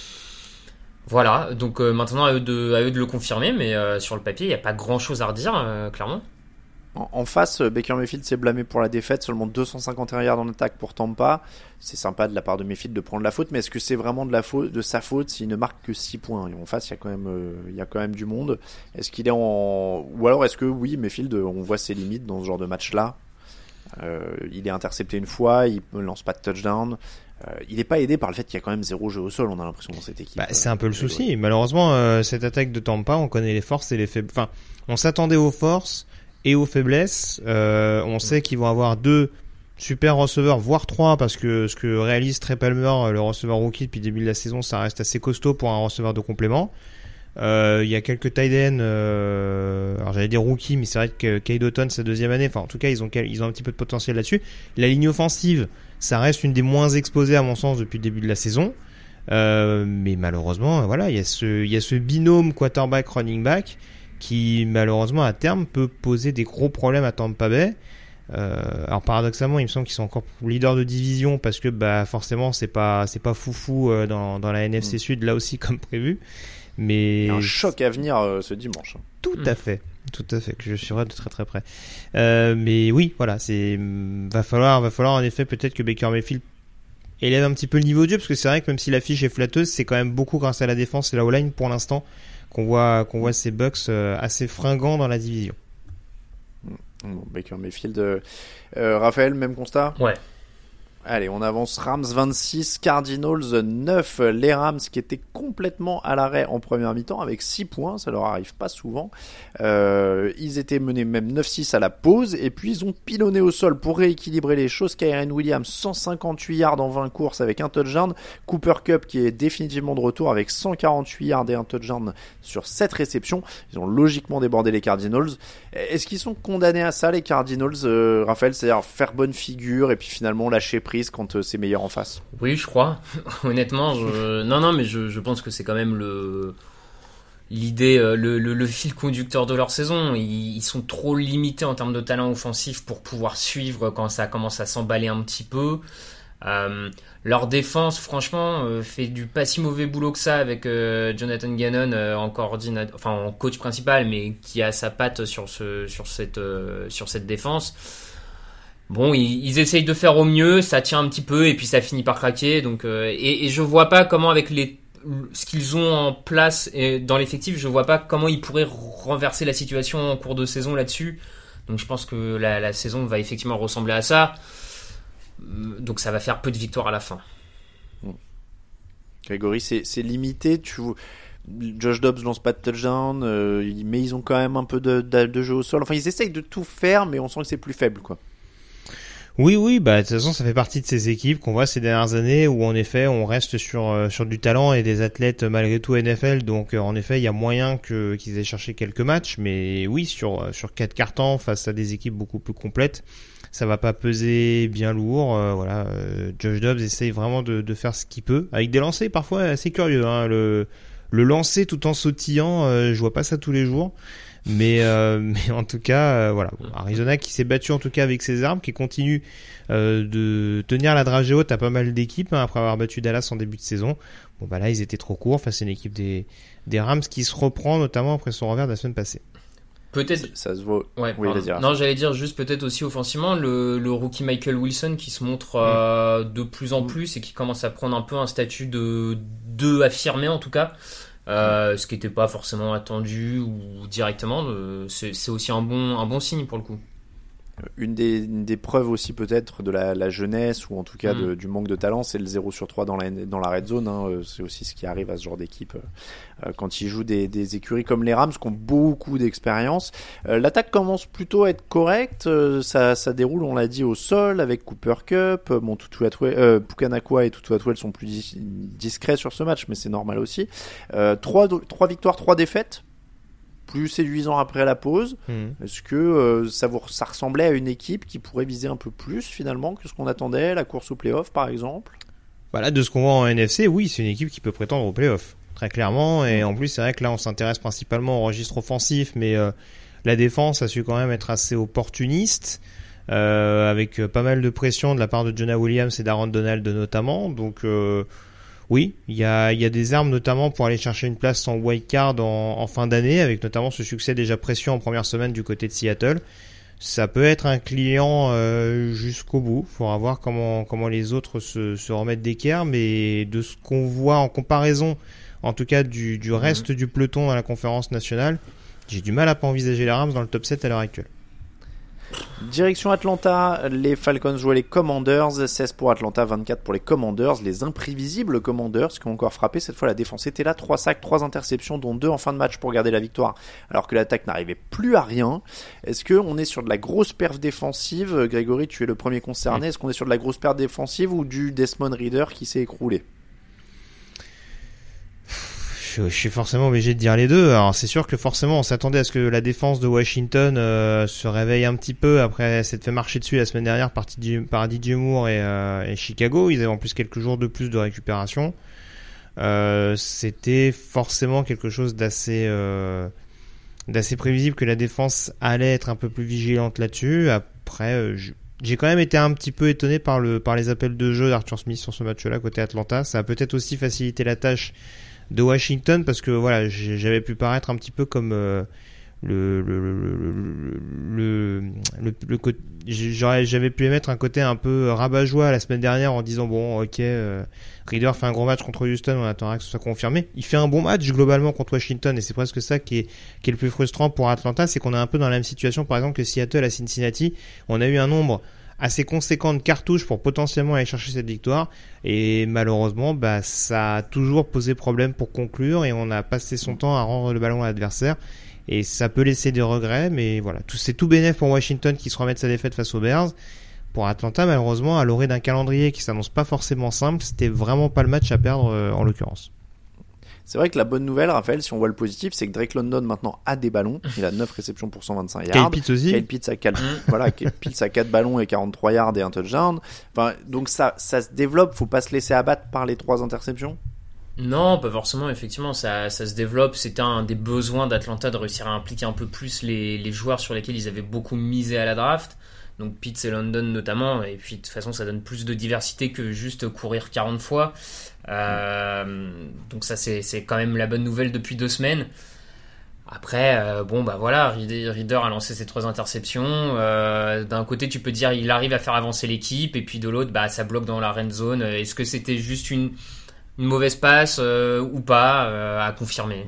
Voilà, donc euh, maintenant à eux, de, à eux de le confirmer, mais euh, sur le papier, il n'y a pas grand-chose à redire, euh, clairement. En, en face, Baker Mayfield s'est blâmé pour la défaite, seulement deux cent cinquante et un yards en attaque pour Tampa. C'est sympa de la part de Mayfield de prendre la faute, mais est-ce que c'est vraiment de, la faute, de sa faute s'il ne marque que six points ? Et en face, il y a quand même, euh, il y a quand même du monde. Est-ce qu'il est en... Ou alors est-ce que, oui, Mayfield, on voit ses limites dans ce genre de match-là. euh, Il est intercepté une fois, il ne lance pas de touchdown. Euh, il n'est pas aidé par le fait qu'il y a quand même zéro jeu au sol, on a l'impression dans cette équipe. Bah, c'est un peu le souci. Malheureusement, euh, cette attaque de Tampa, on connaît les forces et les faiblesses. Enfin, on s'attendait aux forces et aux faiblesses. Euh, on sait qu'ils vont avoir deux super receveurs, voire trois, parce que ce que réalise Trey Palmer, le receveur rookie depuis le début de la saison, ça reste assez costaud pour un receveur de complément. Euh, il y a quelques tight ends, euh, alors j'allais dire rookie, mais c'est vrai que Cade Otton, sa deuxième année, enfin en tout cas ils ont, ils ont un petit peu de potentiel là-dessus. La ligne offensive, ça reste une des moins exposées à mon sens depuis le début de la saison, euh, mais malheureusement voilà, il y a ce, il y a ce binôme quarterback running back qui malheureusement à terme peut poser des gros problèmes à Tampa Bay. Euh, alors paradoxalement il me semble qu'ils sont encore leaders de division parce que bah forcément c'est pas c'est pas foufou euh, dans dans la N F C Sud là aussi comme prévu. Mais il y a un choc à venir euh, ce dimanche. Tout mmh. à fait, tout à fait, que je suivrai de très très près. Euh, mais oui, voilà, c'est va falloir, va falloir en effet peut-être que Baker Mayfield élève un petit peu le niveau de jeu parce que c'est vrai que même si l'affiche est flatteuse, c'est quand même beaucoup grâce à la défense et la O-line pour l'instant qu'on voit qu'on voit ces Bucks euh, assez fringants dans la division. Bon, Baker Mayfield, euh, euh, Raphaël, même constat. Ouais. Allez, on avance. Rams vingt-six, Cardinals neuf. Les Rams qui étaient complètement à l'arrêt en première mi-temps avec six points, ça leur arrive pas souvent. Euh, ils étaient menés même neuf six à la pause et puis ils ont pilonné au sol pour rééquilibrer les choses. Kyren Williams, cent cinquante-huit yards en vingt courses avec un touchdown. Cooper Kupp qui est définitivement de retour avec cent quarante-huit yards et un touchdown sur sept réceptions. Ils ont logiquement débordé les Cardinals. Est-ce qu'ils sont condamnés à ça, les Cardinals, euh, Raphaël, c'est-à-dire faire bonne figure et puis finalement lâcher prise quand euh, c'est meilleur en face? Oui, je crois. Honnêtement, je... non, non, mais je, je pense que c'est quand même le l'idée, euh, le, le, le fil conducteur de leur saison. Ils, ils sont trop limités en termes de talent offensif pour pouvoir suivre quand ça commence à s'emballer un petit peu. Euh, leur défense, franchement, euh, fait du pas si mauvais boulot que ça avec euh, Jonathan Gannon euh, en coordinateur, enfin en coach principal, mais qui a sa patte sur ce, sur cette, euh, sur cette défense. Bon, ils, ils essayent de faire au mieux, ça tient un petit peu et puis ça finit par craquer. Donc, euh, et, et je vois pas comment avec les ce qu'ils ont en place et dans l'effectif, je vois pas comment ils pourraient renverser la situation en cours de saison là-dessus. Donc, je pense que la, la saison va effectivement ressembler à ça. Donc ça va faire peu de victoires à la fin. Grégory, c'est, c'est limité. Tu... Josh Dobbs lance pas de touchdown, euh, mais ils ont quand même un peu de, de, de jeu au sol. Enfin, ils essayent de tout faire, mais on sent que c'est plus faible, quoi. Oui, oui, bah de toute façon, ça fait partie de ces équipes qu'on voit ces dernières années où en effet, on reste sur euh, sur du talent et des athlètes malgré tout N F L. Donc euh, en effet, il y a moyen que qu'ils aient cherché quelques matchs, mais oui, sur sur quatre cartons face à des équipes beaucoup plus complètes, ça va pas peser bien lourd. Euh, voilà, euh, Josh Dobbs essaye vraiment de de faire ce qu'il peut avec des lancers parfois assez curieux. Hein, le le lancer tout en sautillant, euh, je vois pas ça tous les jours. Mais, euh, mais en tout cas, euh, voilà. Bon, Arizona qui s'est battu en tout cas avec ses armes, qui continue euh, de tenir la dragée haute à pas mal d'équipes hein, après avoir battu Dallas en début de saison. Bon bah là ils étaient trop courts face à une équipe des des Rams qui se reprend notamment après son revers de la semaine passée. Peut-être. Ça, ça se voit. Ouais. Oui, vas-y, non, j'allais dire juste peut-être aussi offensivement le, le rookie Michael Wilson qui se montre euh, de plus en plus et qui commence à prendre un peu un statut de de affirmé en tout cas. Euh, ce qui n'était pas forcément attendu ou directement, euh, c'est, c'est aussi un bon, un bon signe pour le coup. Une des, une des preuves aussi peut-être de la, la jeunesse ou en tout cas mmh. de, du manque de talent, c'est le zéro sur trois dans la, dans la red zone. Hein. C'est aussi ce qui arrive à ce genre d'équipe euh, quand ils jouent des, des écuries comme les Rams qui ont beaucoup d'expérience. Euh, l'attaque commence plutôt à être correcte. Euh, ça, ça déroule, on l'a dit, au sol avec Cooper Kupp. Bon, Tutu Atwell, euh, Pukanakua et Tutu Atwell sont plus dis- discrets sur ce match, mais c'est normal aussi. Euh, trois, trois victoires, trois défaites. plus séduisant après la pause. Mmh. Est-ce que euh, ça, vous, ça ressemblait à une équipe qui pourrait viser un peu plus finalement que ce qu'on attendait, la course au play-off par exemple? Voilà, de ce qu'on voit en N F C, oui, c'est une équipe qui peut prétendre au play-off, très clairement. Et en plus, c'est vrai que là, on s'intéresse principalement au registre offensif, mais euh, la défense a su quand même être assez opportuniste, euh, avec pas mal de pression de la part de Jonah Williams et d'Aaron Donald notamment. Donc euh, oui, il y a, y a des armes notamment pour aller chercher une place en wildcard en, en fin d'année, avec notamment ce succès déjà précieux en première semaine du côté de Seattle. Ça peut être un client euh, jusqu'au bout. Il faudra voir comment, comment les autres se, se remettent d'équerre, mais de ce qu'on voit en comparaison, en tout cas du, du reste mmh. du peloton dans la conférence nationale, j'ai du mal à pas envisager les Rams dans le top sept à l'heure actuelle. Direction Atlanta, les Falcons jouaient les Commanders, seize pour Atlanta, vingt-quatre pour les Commanders, les imprévisibles Commanders qui ont encore frappé. Cette fois la défense était là, trois sacs, trois interceptions dont deux en fin de match pour garder la victoire alors que l'attaque n'arrivait plus à rien. Est-ce qu'on est sur de la grosse perf défensive? Grégory, tu es le premier concerné. Est-ce qu'on est sur de la grosse perf défensive ou du Desmond Ridder qui s'est écroulé? Je, je suis forcément obligé de dire les deux. Alors c'est sûr que forcément on s'attendait à ce que la défense de Washington euh, se réveille un petit peu après s'être fait marcher dessus la semaine dernière par, par D J Moore et, euh, et Chicago. Ils avaient en plus quelques jours de plus de récupération. Euh, c'était forcément quelque chose d'assez euh, d'assez prévisible que la défense allait être un peu plus vigilante là-dessus. Après, euh, je, j'ai quand même été un petit peu étonné par le par les appels de jeu d'Arthur Smith sur ce match-là côté Atlanta. Ça a peut-être aussi facilité la tâche de Washington parce que voilà, j'avais pu paraître un petit peu comme euh, le le le le, le, le, le j'aurais j'avais pu émettre un côté un peu rabat-joie la semaine dernière en disant bon ok euh, Reader fait un gros match contre Houston, on attendra que ce soit confirmé. Il fait un bon match globalement contre Washington et c'est presque ça qui est qui est le plus frustrant pour Atlanta, c'est qu'on est un peu dans la même situation par exemple que Seattle à Cincinnati. On a eu un nombre assez conséquent de cartouches pour potentiellement aller chercher cette victoire et malheureusement bah ça a toujours posé problème pour conclure et on a passé son temps à rendre le ballon à l'adversaire et ça peut laisser des regrets, mais voilà, tout, c'est tout bénef pour Washington qui se remet de sa défaite face aux Bears. Pour Atlanta malheureusement à l'orée d'un calendrier qui s'annonce pas forcément simple, c'était vraiment pas le match à perdre euh, en l'occurrence. C'est vrai que la bonne nouvelle, Raphaël, si on voit le positif, c'est que Drake London maintenant a des ballons. Il a neuf réceptions pour cent vingt-cinq yards. Kyle Pitts aussi. Kyle Pitts a quatre, voilà, Kyle Pitts a quatre ballons et quarante-trois yards et un touchdown. Enfin, donc ça, ça se développe. Faut pas se laisser abattre par les trois interceptions. Non, pas forcément. Effectivement, ça, ça se développe. C'était un des besoins d'Atlanta de réussir à impliquer un peu plus les, les joueurs sur lesquels ils avaient beaucoup misé à la draft. Donc Pitts et London notamment. Et puis de toute façon, ça donne plus de diversité que juste courir quarante fois. Euh, donc ça c'est, c'est quand même la bonne nouvelle depuis deux semaines. Après euh, bon bah voilà, Reader a lancé ses trois interceptions. Euh, d'un côté tu peux dire il arrive à faire avancer l'équipe et puis de l'autre bah ça bloque dans la red zone. Est-ce que c'était juste une, une mauvaise passe euh, ou pas euh, à confirmer.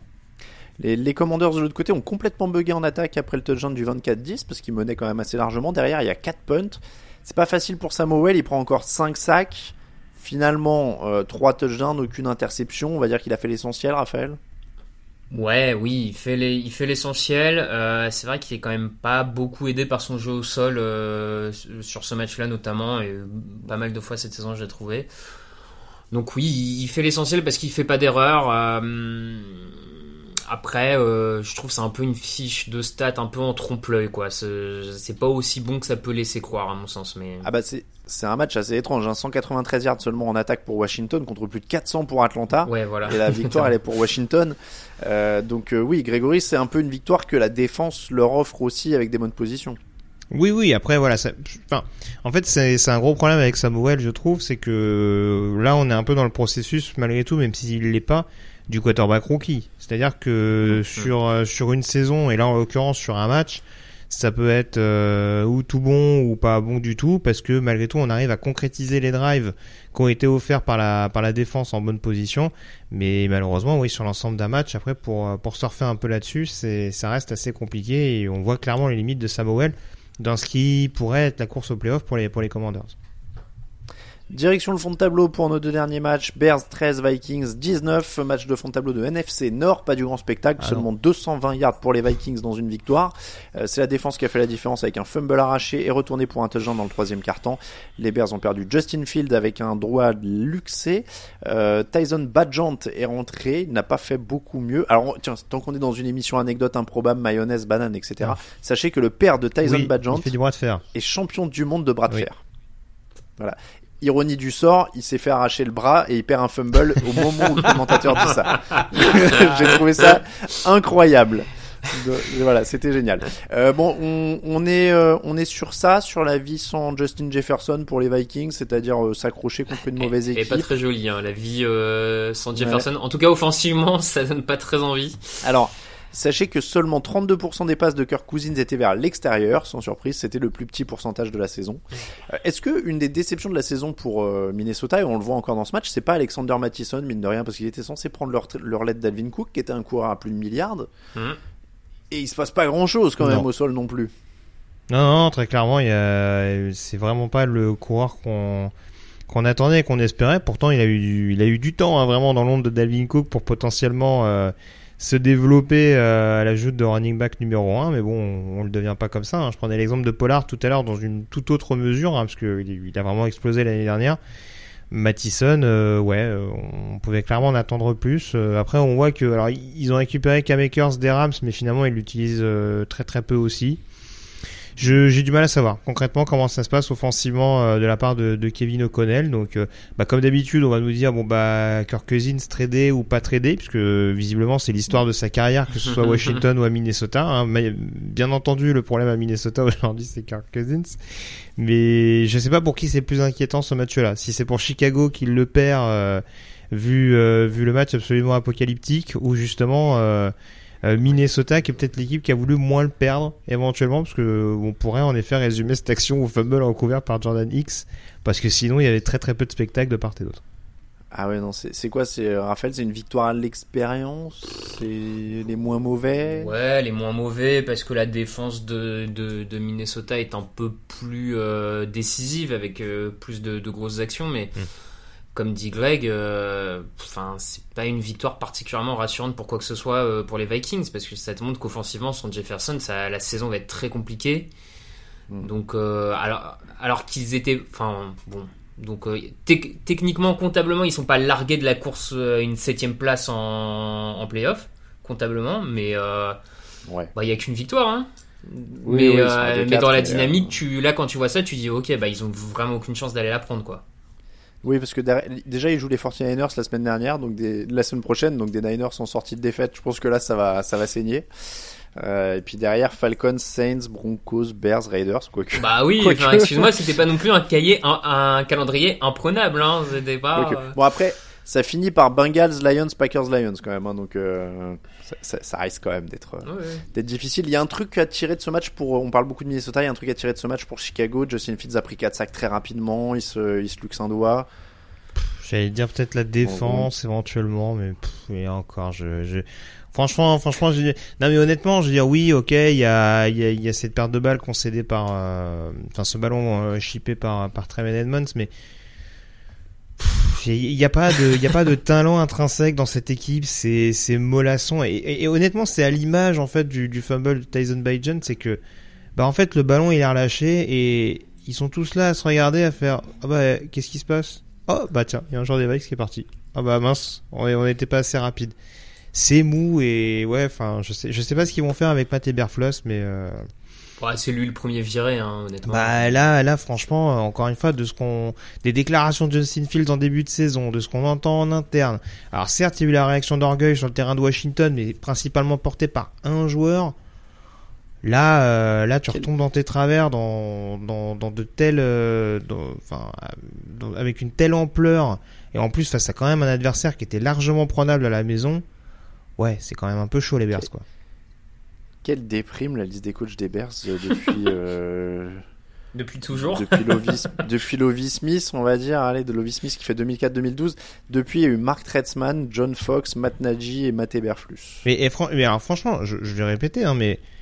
Les, les Commanders de l'autre côté ont complètement bugué en attaque après le touchdown du vingt-quatre dix parce qu'ils menaient quand même assez largement. Derrière il y a quatre punts. C'est pas facile pour Samuel, il prend encore cinq sacs. Finalement, euh, trois touchdowns, aucune interception. On va dire qu'il a fait l'essentiel, Raphaël. Ouais, oui, il fait, les, il fait l'essentiel. Euh, c'est vrai qu'il est quand même pas beaucoup aidé par son jeu au sol euh, sur ce match-là notamment, et pas mal de fois cette saison, je l'ai trouvé. Donc oui, il fait l'essentiel parce qu'il fait pas d'erreur. Euh, après, euh, je trouve que c'est un peu une fiche de stats un peu en trompe-l'œil, quoi. C'est, c'est pas aussi bon que ça peut laisser croire, à mon sens. Mais ah bah c'est c'est un match assez étrange. Hein. cent quatre-vingt-treize yards seulement en attaque pour Washington contre plus de quatre cents pour Atlanta. Ouais, voilà. Et la victoire, elle est pour Washington. Euh, donc euh, oui, Grégory, c'est un peu une victoire que la défense leur offre aussi avec des bonnes positions. Oui, oui. Après, voilà. Ça, enfin, en fait, c'est, c'est un gros problème avec Samuel, je trouve, c'est que là, on est un peu dans le processus, malgré tout, même s'il l'est pas, du quarterback rookie. C'est-à-dire que mmh. sur euh, sur une saison, et là en l'occurrence sur un match, ça peut être euh, ou tout bon ou pas bon du tout, parce que malgré tout, on arrive à concrétiser les drives qui ont été offerts par la par la défense en bonne position. Mais malheureusement, oui, sur l'ensemble d'un match, après pour pour surfer un peu là-dessus, c'est ça reste assez compliqué et on voit clairement les limites de Samuel dans ce qui pourrait être la course au playoff pour les pour les Commanders. Direction le fond de tableau pour nos deux derniers matchs. Bears treize, Vikings dix-neuf. Match de fond de tableau de N F C Nord, pas du grand spectacle, ah seulement non. deux cent vingt yards pour les Vikings dans une victoire. Euh, c'est la défense qui a fait la différence avec un fumble arraché et retourné pour un touchdown dans le troisième quart-temps. Les Bears ont perdu Justin Fields avec un droit luxé. Euh, Tyson Bagent est rentré, il n'a pas fait beaucoup mieux. Alors tiens, tant qu'on est dans une émission anecdote improbable, mayonnaise, banane, et cetera. Ah. Sachez que le père de Tyson oui, Bagent il fait du bras de fer. est champion du monde de bras de oui. fer. Voilà. Ironie du sort, il s'est fait arracher le bras et il perd un fumble au moment où le commentateur dit ça. J'ai trouvé ça incroyable. De, voilà, c'était génial. Euh, bon, on, on est, euh, on est sur ça, sur la vie sans Justin Jefferson pour les Vikings, c'est-à-dire euh, s'accrocher contre une mauvaise équipe. Et pas très jolie, hein, la vie euh, sans Jefferson. Ouais. En tout cas, offensivement, ça donne pas très envie. Alors. Sachez que seulement trente-deux pour cent des passes de Kirk Cousins étaient vers l'extérieur. Sans surprise, c'était le plus petit pourcentage de la saison. Euh, est-ce que une des déceptions de la saison pour euh, Minnesota, et on le voit encore dans ce match, c'est pas Alexander Mattison, mine de rien, parce qu'il était censé prendre leur, leur lettre d'Alvin Cook, qui était un coureur à plus de milliards. Mmh. Et il se passe pas grand-chose quand même non. au sol non plus. Non, non, très clairement, il y a... c'est vraiment pas le coureur qu'on... qu'on attendait et qu'on espérait. Pourtant, il a eu du, il a eu du temps hein, vraiment dans l'ombre de Dalvin Cook pour potentiellement... Euh... se développer euh, à l'ajout de running back numéro un, mais bon, on, on le devient pas comme ça. Hein. Je prenais l'exemple de Pollard tout à l'heure dans une toute autre mesure, hein, parce que il, il a vraiment explosé l'année dernière. Mattison, euh, ouais, euh, on pouvait clairement en attendre plus. Euh, après, on voit que, alors, ils ont récupéré Cam Akers des Rams, mais finalement, ils l'utilisent euh, très très peu aussi. Je, j'ai du mal à savoir concrètement comment ça se passe offensivement euh, de la part de, de Kevin O'Connell. Donc, euh, bah, comme d'habitude, on va nous dire bon bah Kirk Cousins tradé ou pas tradé, puisque euh, visiblement c'est l'histoire de sa carrière, que ce soit à Washington ou à Minnesota. Hein. Mais, bien entendu, le problème à Minnesota aujourd'hui, c'est Kirk Cousins. Mais je sais pas pour qui c'est le plus inquiétant ce match-là. Si c'est pour Chicago qui le perd, euh, vu euh, vu le match absolument apocalyptique, ou justement. Euh, Euh, Minnesota qui est peut-être l'équipe qui a voulu moins le perdre éventuellement, parce que on pourrait en effet résumer cette action au fumble recouvert par Jordan Hicks, parce que sinon il y avait très très peu de spectacles de part et d'autre. Ah ouais non c'est c'est quoi c'est Raphaël, c'est une victoire à l'expérience, c'est les moins mauvais. Ouais, les moins mauvais parce que la défense de de, de Minnesota est un peu plus euh, décisive avec euh, plus de, de grosses actions, mais mm. Comme dit Greg, euh, enfin c'est pas une victoire particulièrement rassurante pour quoi que ce soit euh, pour les Vikings, parce que ça te montre qu'offensivement sans Jefferson, ça, la saison va être très compliquée. Mm. Donc euh, alors alors qu'ils étaient, enfin bon, donc euh, te- techniquement comptablement ils sont pas largués de la course euh, une septième place en, en play-off comptablement, mais euh, ouais. bah il y a qu'une victoire. Hein. Oui, mais oui, euh, mais dans la dynamique, euh... tu là quand tu vois ça, tu dis ok bah ils ont vraiment aucune chance d'aller la prendre quoi. Oui, parce que derrière, déjà ils jouent les forty-niners la semaine dernière, donc des, la semaine prochaine, donc des Niners sont sortis de défaite. Je pense que là ça va, ça va saigner. Euh, et puis derrière Falcons, Saints, Broncos, Bears, Raiders, quoi que. Bah oui, enfin, excuse-moi, c'était pas non plus un cahier, un, un calendrier imprenable, hein. C'était pas. Euh... Bon après, ça finit par Bengals, Lions, Packers, Lions quand même, hein, donc euh, ça, ça, ça risque quand même d'être, ouais. d'être difficile. Il y a un truc à tirer de ce match pour, on parle beaucoup de Minnesota, il y a un truc à tirer de ce match pour Chicago. Justin Fields a pris quatre sacs très rapidement, il se, il se luxe un doigt. J'allais dire peut-être la défense bon, bon. éventuellement, mais pff, et encore, je, je, franchement, franchement, je, non mais honnêtement, je veux dire oui, ok, il y a, il y a, il y a cette perte de balle concédée par, euh, enfin ce ballon euh, chippé par par Tremaine Edmonds, mais il y a pas de il y a pas de talent intrinsèque dans cette équipe, c'est c'est mollasson et, et, et honnêtement c'est à l'image en fait du du fumble de Tyson Bagent, c'est que bah en fait le ballon il est relâché et ils sont tous là à se regarder à faire ah bah qu'est-ce qui se passe, oh bah tiens il y a un joueur des Vikes qui est parti, ah bah mince on on n'était pas assez rapide, c'est mou et ouais enfin je sais je sais pas ce qu'ils vont faire avec Matt Eberflus mais euh... ouais, c'est lui le premier viré, hein, honnêtement. Bah là, là, franchement, encore une fois, de ce qu'on, des déclarations de Justin Fields en début de saison, de ce qu'on entend en interne. Alors certes, il y a eu la réaction d'orgueil sur le terrain de Washington, mais principalement portée par un joueur. Là, euh, là, tu retombes dans tes travers, dans, dans, dans de telles, euh, dans, enfin, dans, avec une telle ampleur, et en plus face à quand même un adversaire qui était largement prenable à la maison. Ouais, c'est quand même un peu chaud les Bears, quoi. Quelle déprime la liste des coachs des Bears euh, depuis euh, depuis toujours depuis Lovie depuis Lovie Smith, on va dire, allez, de Lovie Smith qui fait deux mille quatre deux mille douze. Depuis il y a eu Mark Tretzman, John Fox, Matt Nagy et Matt Eberflus. Mais, et fran- mais alors franchement, je, je vais répéter hein, mais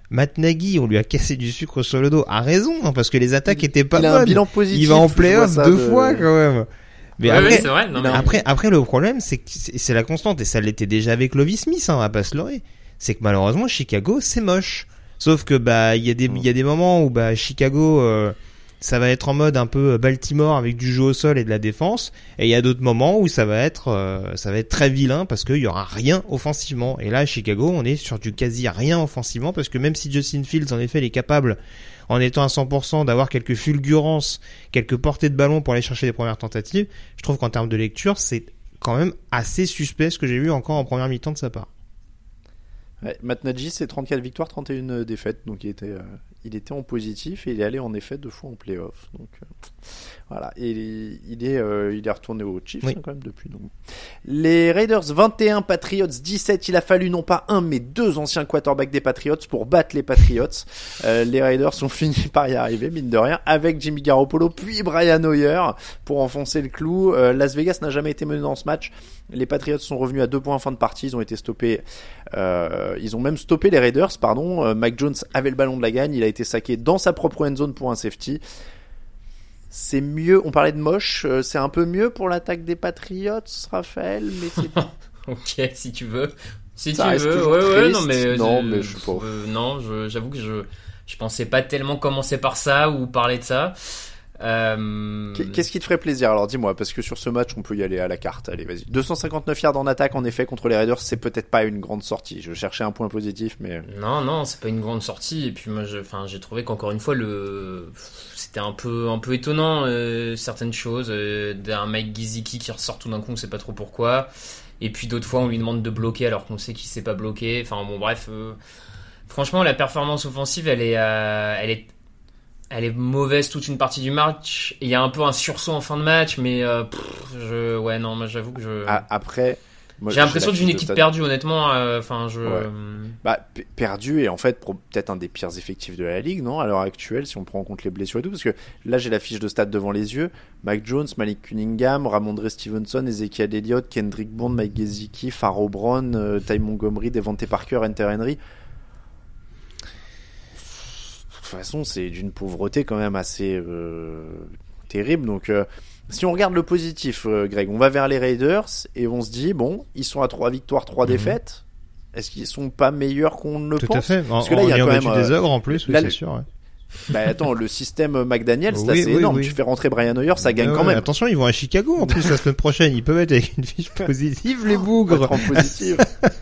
Matt Nagy, on lui a cassé du sucre sur le dos. A raison, hein, parce que les attaques étaient pas il bonnes. A un bilan positif, il va en play-off deux de... fois quand même. Mais ouais, après, ouais, c'est vrai. Non, mais... après, après, le problème, c'est que c'est la constante, et ça l'était déjà avec Lovie Smith, hein, on va pas se leurrer. C'est que malheureusement, Chicago, c'est moche. Sauf que bah, il y a des, il y a des moments où bah Chicago, euh, ça va être en mode un peu Baltimore avec du jeu au sol et de la défense, et il y a d'autres moments où ça va être, euh, ça va être très vilain parce qu'il y aura rien offensivement. Et là, à Chicago, on est sur du quasi rien offensivement parce que même si Justin Fields, en effet, il est capable, en étant à cent pour cent, d'avoir quelques fulgurances, quelques portées de ballon pour aller chercher les premières tentatives, je trouve qu'en termes de lecture, c'est quand même assez suspect ce que j'ai vu encore en première mi-temps de sa part. Ouais, Matt Nagy, c'est trente-quatre victoires, trente et une défaites, donc il était, euh, il était en positif et il est allé en effet deux fois en play-off. Donc euh, voilà, et il est, il est, euh, il est retourné aux Chiefs oui. hein, quand même depuis. Donc. Les Raiders vingt et un, Patriots dix-sept. Il a fallu non pas un mais deux anciens quarterbacks des Patriots pour battre les Patriots. Euh, les Raiders ont fini par y arriver, mine de rien, avec Jimmy Garoppolo puis Brian Hoyer pour enfoncer le clou. Euh, Las Vegas n'a jamais été mené dans ce match. Les Patriots sont revenus à deux points en fin de partie. Ils ont été stoppés. Euh, ils ont même stoppé les Raiders, pardon. Euh, Mac Jones avait le ballon de la gagne. Il a été saqué dans sa propre end zone pour un safety. C'est mieux. On parlait de moche. Euh, c'est un peu mieux pour l'attaque des Patriots, Raphaël, mais c'est. Ok, si tu veux. Si Ça tu veux. Ouais, triste. ouais, non, mais. Non, je, mais je sais pas. Euh, non, je, j'avoue que je, je pensais pas tellement commencer par ça ou parler de ça. Euh... Qu'est-ce qui te ferait plaisir? Alors dis-moi, parce que sur ce match on peut y aller à la carte. Allez, vas-y. deux cent cinquante-neuf yards en attaque en effet contre les Raiders, c'est peut-être pas une grande sortie. Je cherchais un point positif, mais non, non, c'est pas une grande sortie. Et puis moi, je, enfin, j'ai trouvé qu'encore une fois le, c'était un peu, un peu étonnant euh, certaines choses. Euh, d'un Mike Gesicki qui ressort tout d'un coup, on sait pas trop pourquoi. Et puis d'autres fois, on lui demande de bloquer alors qu'on sait qu'il sait pas bloquer. Enfin bon, bref. Euh, franchement, la performance offensive, elle est, euh, elle est Elle est mauvaise toute une partie du match. Il y a un peu un sursaut en fin de match, mais euh, pff, je, ouais, non, moi j'avoue que je. Ah, après, moi, j'ai l'impression d'une équipe perdue, honnêtement. Enfin, euh, je. Ouais. Bah, p- perdu et en fait peut-être un des pires effectifs de la ligue, non, à l'heure actuelle, si on prend en compte les blessures et tout, parce que là j'ai la fiche de stats devant les yeux. Mac Jones, Malik Cunningham, Ramondre Stevenson, Ezekiel Elliott, Kendrick Bourne, Mike Gesicki, Pharaoh Brown, euh, Ty Montgomery, Devontae Parker, Hunter Henry. De toute façon, c'est d'une pauvreté quand même assez euh, terrible. Donc, euh, si on regarde le positif, euh, Greg, on va vers les Raiders et on se dit, bon, ils sont à trois victoires, trois mmh. défaites. Est-ce qu'ils sont pas meilleurs qu'on ne le Tout pense? à fait. Parce que là, il y a quand même des ogres en plus, oui, là, c'est sûr. Ouais. Bah attends, le système McDaniels, oui, là, c'est oui, énorme. Oui. Tu fais rentrer Brian Hoyer, ça gagne ouais, quand même. Attention, ils vont à Chicago en plus la semaine prochaine. Ils peuvent être avec une fiche positive, les bougres. En positive.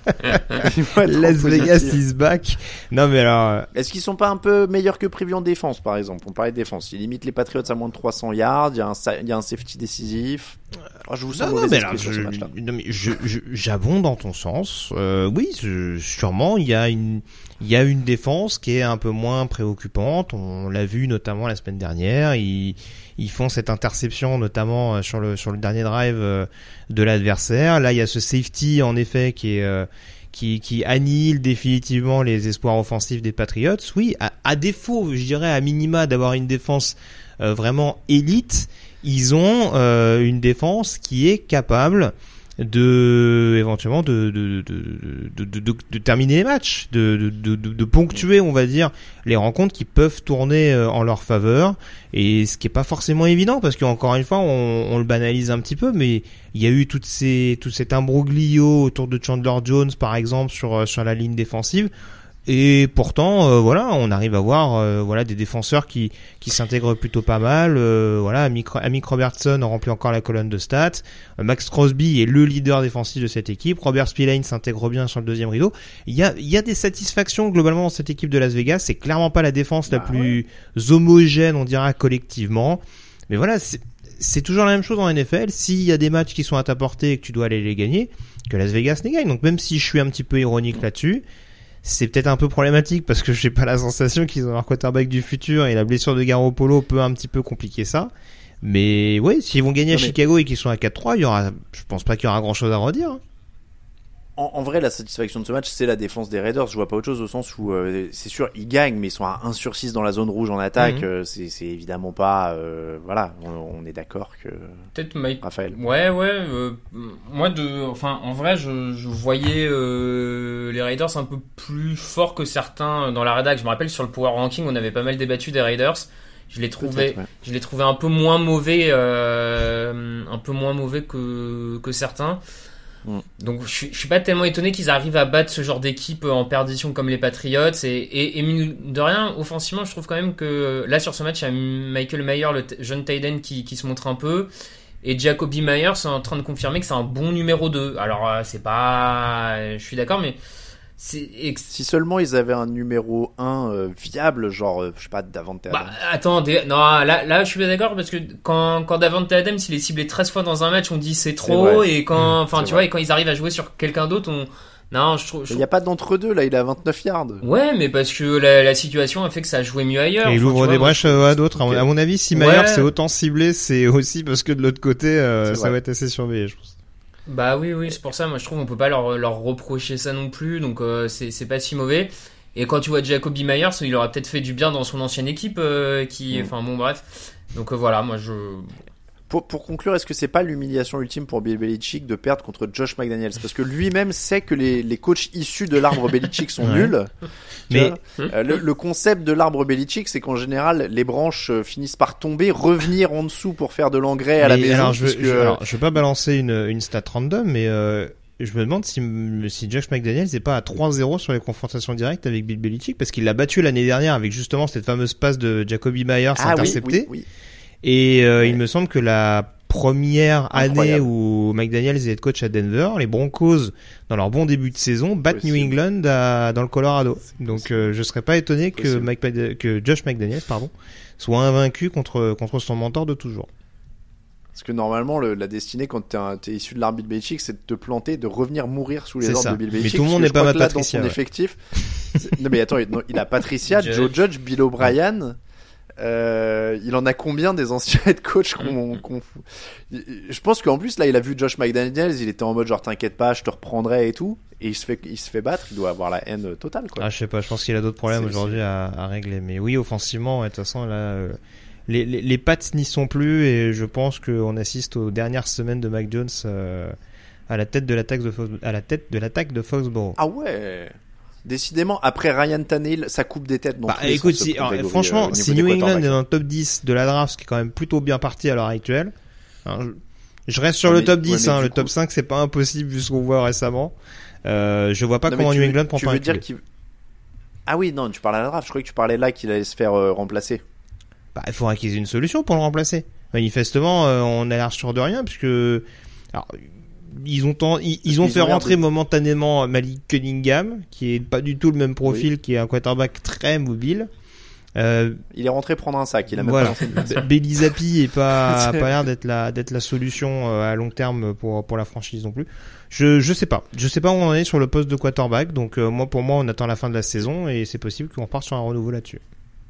Las Vegas is back. Non mais alors. Est-ce qu'ils sont pas un peu meilleurs que prévu en défense, par exemple? On parlait de défense. Ils limitent les Patriots à moins de trois cents yards. Il y a un, il y a un safety décisif. Oh, je vous sens non, mauvais non, mais esprit alors, sur je, ce match-là. Non, mais je, je, j'abonde dans ton sens. Euh, oui, je, sûrement, il y a une, il y a une défense qui est un peu moins préoccupante. On l'a vu notamment la semaine dernière. Ils, ils font cette interception notamment sur le, sur le dernier drive de l'adversaire. Là, il y a ce safety en effet qui est, euh, qui, qui annihile définitivement les espoirs offensifs des Patriots. Oui, à, à défaut, je dirais à minima d'avoir une défense euh, vraiment élite, ils ont euh, une défense qui est capable de éventuellement de de de de, de, de, de terminer les matchs, de, de de de ponctuer, on va dire, les rencontres qui peuvent tourner en leur faveur, et ce qui est pas forcément évident parce qu'encore une fois on, on le banalise un petit peu, mais il y a eu toutes ces tout cet imbroglio autour de Chandler Jones par exemple sur sur la ligne défensive. Et pourtant, euh, voilà, on arrive à voir, euh, voilà, des défenseurs qui qui s'intègrent plutôt pas mal. Euh, voilà, Amick, Amick Robertson remplit encore la colonne de stats. Euh, Max Crosby est le leader défensif de cette équipe. Robert Spillane s'intègre bien sur le deuxième rideau. Il y a il y a des satisfactions globalement dans cette équipe de Las Vegas. C'est clairement pas la défense bah, la plus ouais. homogène, on dira collectivement. Mais voilà, c'est c'est toujours la même chose en N F L. S'il y a des matchs qui sont à ta portée et que tu dois aller les gagner, que Las Vegas les gagne. Donc même si je suis un petit peu ironique là-dessus, c'est peut-être un peu problématique parce que j'ai pas la sensation qu'ils ont leur quarterback du futur et la blessure de Garoppolo peut un petit peu compliquer ça. Mais ouais, s'ils vont gagner non à mais... Chicago et qu'ils sont à quatre trois, il y aura, je pense pas qu'il y aura grand chose à redire. En, en vrai, la satisfaction de ce match, c'est la défense des Raiders. Je vois pas autre chose au sens où, euh, c'est sûr, ils gagnent, mais ils sont à un sur six dans la zone rouge en attaque. Mm-hmm. Euh, c'est, c'est évidemment pas, euh, voilà, on, on est d'accord que. Peut-être Mike. Raphaël. Ouais, ouais. Euh, moi, de, enfin, en vrai, je, je voyais euh, les Raiders un peu plus forts que certains dans la rédac. Je me rappelle sur le Power Ranking, on avait pas mal débattu des Raiders. Je les trouvais, ouais. je les trouvais un peu moins mauvais, euh, un peu moins mauvais que que certains. Donc je suis, je suis pas tellement étonné qu'ils arrivent à battre ce genre d'équipe en perdition comme les Patriots et, et, et mine de rien offensivement je trouve quand même que là sur ce match il y a Michael Mayer, le t- jeune tight end qui, qui se montre un peu, et Jacoby Myers est en train de confirmer que c'est un bon numéro deux. Alors euh, c'est pas, je suis d'accord, mais c'est ex- si seulement ils avaient un numéro un euh, viable, genre euh, je sais pas, Davante Adams. Bah attends, des... non là là je suis pas d'accord, parce que quand quand Davante Adams il est ciblé treize fois dans un match, on dit c'est trop, c'est et quand enfin mmh, tu vrai. vois, et quand ils arrivent à jouer sur quelqu'un d'autre, on non, je trouve il y a pas d'entre-deux là, il est à vingt-neuf yards. Ouais, mais parce que la, la situation a fait que ça a joué mieux ailleurs. Et il ouvre des brèches à d'autres. Okay. À mon avis, si Mayer ouais. c'est autant ciblé, c'est aussi parce que de l'autre côté euh, ça va être assez surveillé, je pense. Bah oui, oui, c'est pour ça. Moi, je trouve qu'on peut pas leur, leur reprocher ça non plus. Donc, euh, c'est, c'est pas si mauvais. Et quand tu vois Jacoby Myers, il aurait peut-être fait du bien dans son ancienne équipe, euh, qui, enfin, mmh. bon, bref. Donc, euh, voilà, moi, je. Pour, pour conclure, est-ce que c'est pas l'humiliation ultime pour Bill Belichick de perdre contre Josh McDaniels? Parce que lui-même sait que les, les coachs issus de l'arbre Belichick sont ouais. nuls. Mais euh, le, le concept de l'arbre Belichick, c'est qu'en général, les branches euh, finissent par tomber, revenir en dessous pour faire de l'engrais à mais la maison. Alors, je, puisque... je, alors, je vais pas balancer une, une stat random, mais euh, je me demande si, si Josh McDaniels n'est pas à trois zéro sur les confrontations directes avec Bill Belichick, parce qu'il l'a battu l'année dernière avec justement cette fameuse passe de Jacoby Myers ah, interceptée. Oui, oui, oui. Et euh, ouais. il me semble que la première Incroyable. année où McDaniels est head coach à Denver, les Broncos, dans leur bon début de saison, battent New England à, dans le Colorado. Donc euh, je serais pas étonné que, Mike, que Josh McDaniels pardon, soit invaincu contre, contre son mentor de toujours. Parce que normalement, le, la destinée, quand t'es, un, t'es issu de l'arbre Bill Belichick, c'est de te planter, de revenir mourir sous les c'est ordres ça. de Bill Belichick. Mais tout le monde n'est pas Matt Patricia. Dans son ouais. effectif, non mais attends, non, il a Patricia, Joe Judge, Bill O'Brien. Euh, il en a combien des anciens head coach qu'on, qu'on... Je pense qu'en plus là il a vu Josh McDaniels, il était en mode genre t'inquiète pas, je te reprendrai et tout, et il se fait, il se fait battre, il doit avoir la haine totale quoi. Ah je sais pas, je pense qu'il a d'autres problèmes c'est, aujourd'hui c'est... À, à régler, mais oui offensivement de toute façon là euh, les, les, les pattes n'y sont plus, et je pense qu'on assiste aux dernières semaines de Mac Jones euh, à la tête de l'attaque de Fox, à la tête de l'attaque de Foxborough. Ah ouais. Décidément, après Ryan Tannehill, ça coupe des têtes. Dans bah, écoute, si, alors, franchement, euh, si New England est dans le top dix de la draft, ce qui est quand même plutôt bien parti à l'heure actuelle, hein, je, je reste sur ah, le mais, top dix, ouais, hein, le coup... top cinq, c'est pas impossible vu ce qu'on voit récemment. Euh, je vois pas non, comment New England prend pas un dire qu'il... Ah oui, non, tu parlais à la draft, je croyais que tu parlais là qu'il allait se faire euh, remplacer. Bah, il faudra qu'ils aient une solution pour le remplacer. Manifestement, euh, on a l'air sûr de rien, puisque, alors, ils ont tant, ils, ils ont fait rentrer de... momentanément Malik Cunningham, qui est pas du tout le même profil, oui. qui est un quarterback très mobile. Euh, il est rentré prendre un sac, il a même voilà. pas lancé. Bailey Zappi est pas, pas l'air d'être la, d'être la solution à long terme pour, pour la franchise non plus. Je, je sais pas. Je sais pas où on en est sur le poste de quarterback, donc, euh, moi, pour moi, on attend la fin de la saison et c'est possible qu'on parte sur un renouveau là-dessus.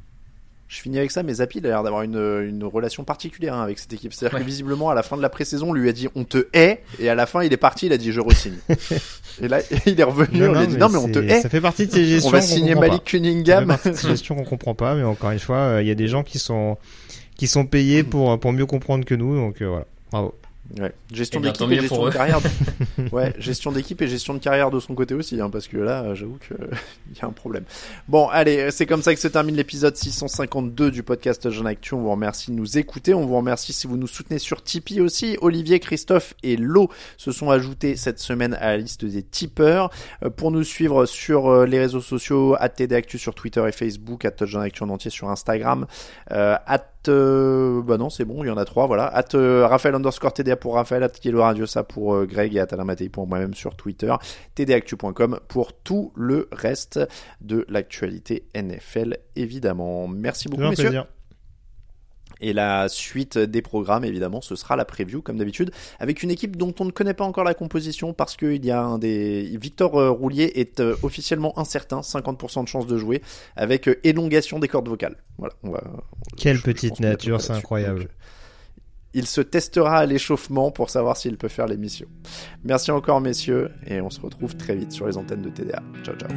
Je finis avec ça, mais Zappi, il a l'air d'avoir une, une relation particulière hein, avec cette équipe. C'est-à-dire ouais. que visiblement, à la fin de la pré-saison, on lui a dit on te hait, et à la fin, il est parti, il a dit je re-signe. Et là, il est revenu, non, on lui a dit non, mais on te hait. Ça fait partie de ces gestions. On va signer Malik Cunningham. Ça fait partie de ces gestions qu'on comprend pas, mais encore une fois, il euh, y a des gens qui sont, qui sont payés pour, pour mieux comprendre que nous, donc euh, voilà. Bravo. Ouais. Gestion bien, d'équipe et gestion de carrière. Ouais, gestion d'équipe et gestion de carrière de son côté aussi, hein, parce que là, j'avoue que il y a un problème. Bon, allez, c'est comme ça que se termine l'épisode six cent cinquante-deux du podcast Jeune Actu. On vous remercie de nous écouter. On vous remercie si vous nous soutenez sur Tipeee aussi. Olivier, Christophe et Lo se sont ajoutés cette semaine à la liste des tipeurs. Euh, pour nous suivre sur euh, les réseaux sociaux, arobase T D Actu sur Twitter et Facebook, arobase Jeune Actu en entier sur Instagram, euh, Euh, bah non c'est bon, il y en a trois, voilà. At euh, Raphaël underscore T D A pour Raphaël, at Yellow Radiosa pour euh, Greg et at Alain Mattei pour moi-même sur Twitter, T D actu point com pour tout le reste de l'actualité N F L évidemment. Merci beaucoup messieurs. Plaisir. Et la suite des programmes, évidemment, ce sera la preview, comme d'habitude, avec une équipe dont on ne connaît pas encore la composition, parce qu'il y a un des... Victor Roulier est euh, officiellement incertain, cinquante pour cent de chance de jouer, avec euh, élongation des cordes vocales. Voilà. On va... Quelle je, petite je nature, c'est incroyable. Donc, il se testera à l'échauffement pour savoir s'il peut faire l'émission. Merci encore messieurs, et on se retrouve très vite sur les antennes de T D A. Ciao ciao.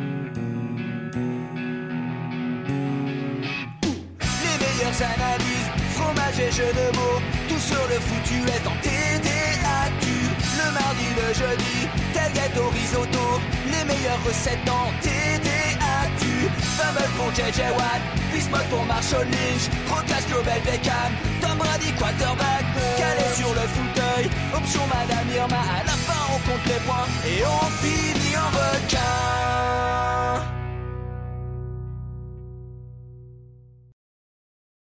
Les meilleures analyses, fromage et jeux de mots, tout sur le foutu est en T D A Q. Le mardi, le jeudi, tel gâteau risotto, les meilleures recettes en T D A Q. Fumble pour J J Watt, Bismuth pour Marshall Lynch, Procast Global Beckham, Tom Brady quarterback, calé sur le fauteuil, option Madame Irma, à la fin on compte les points et on finit en requin.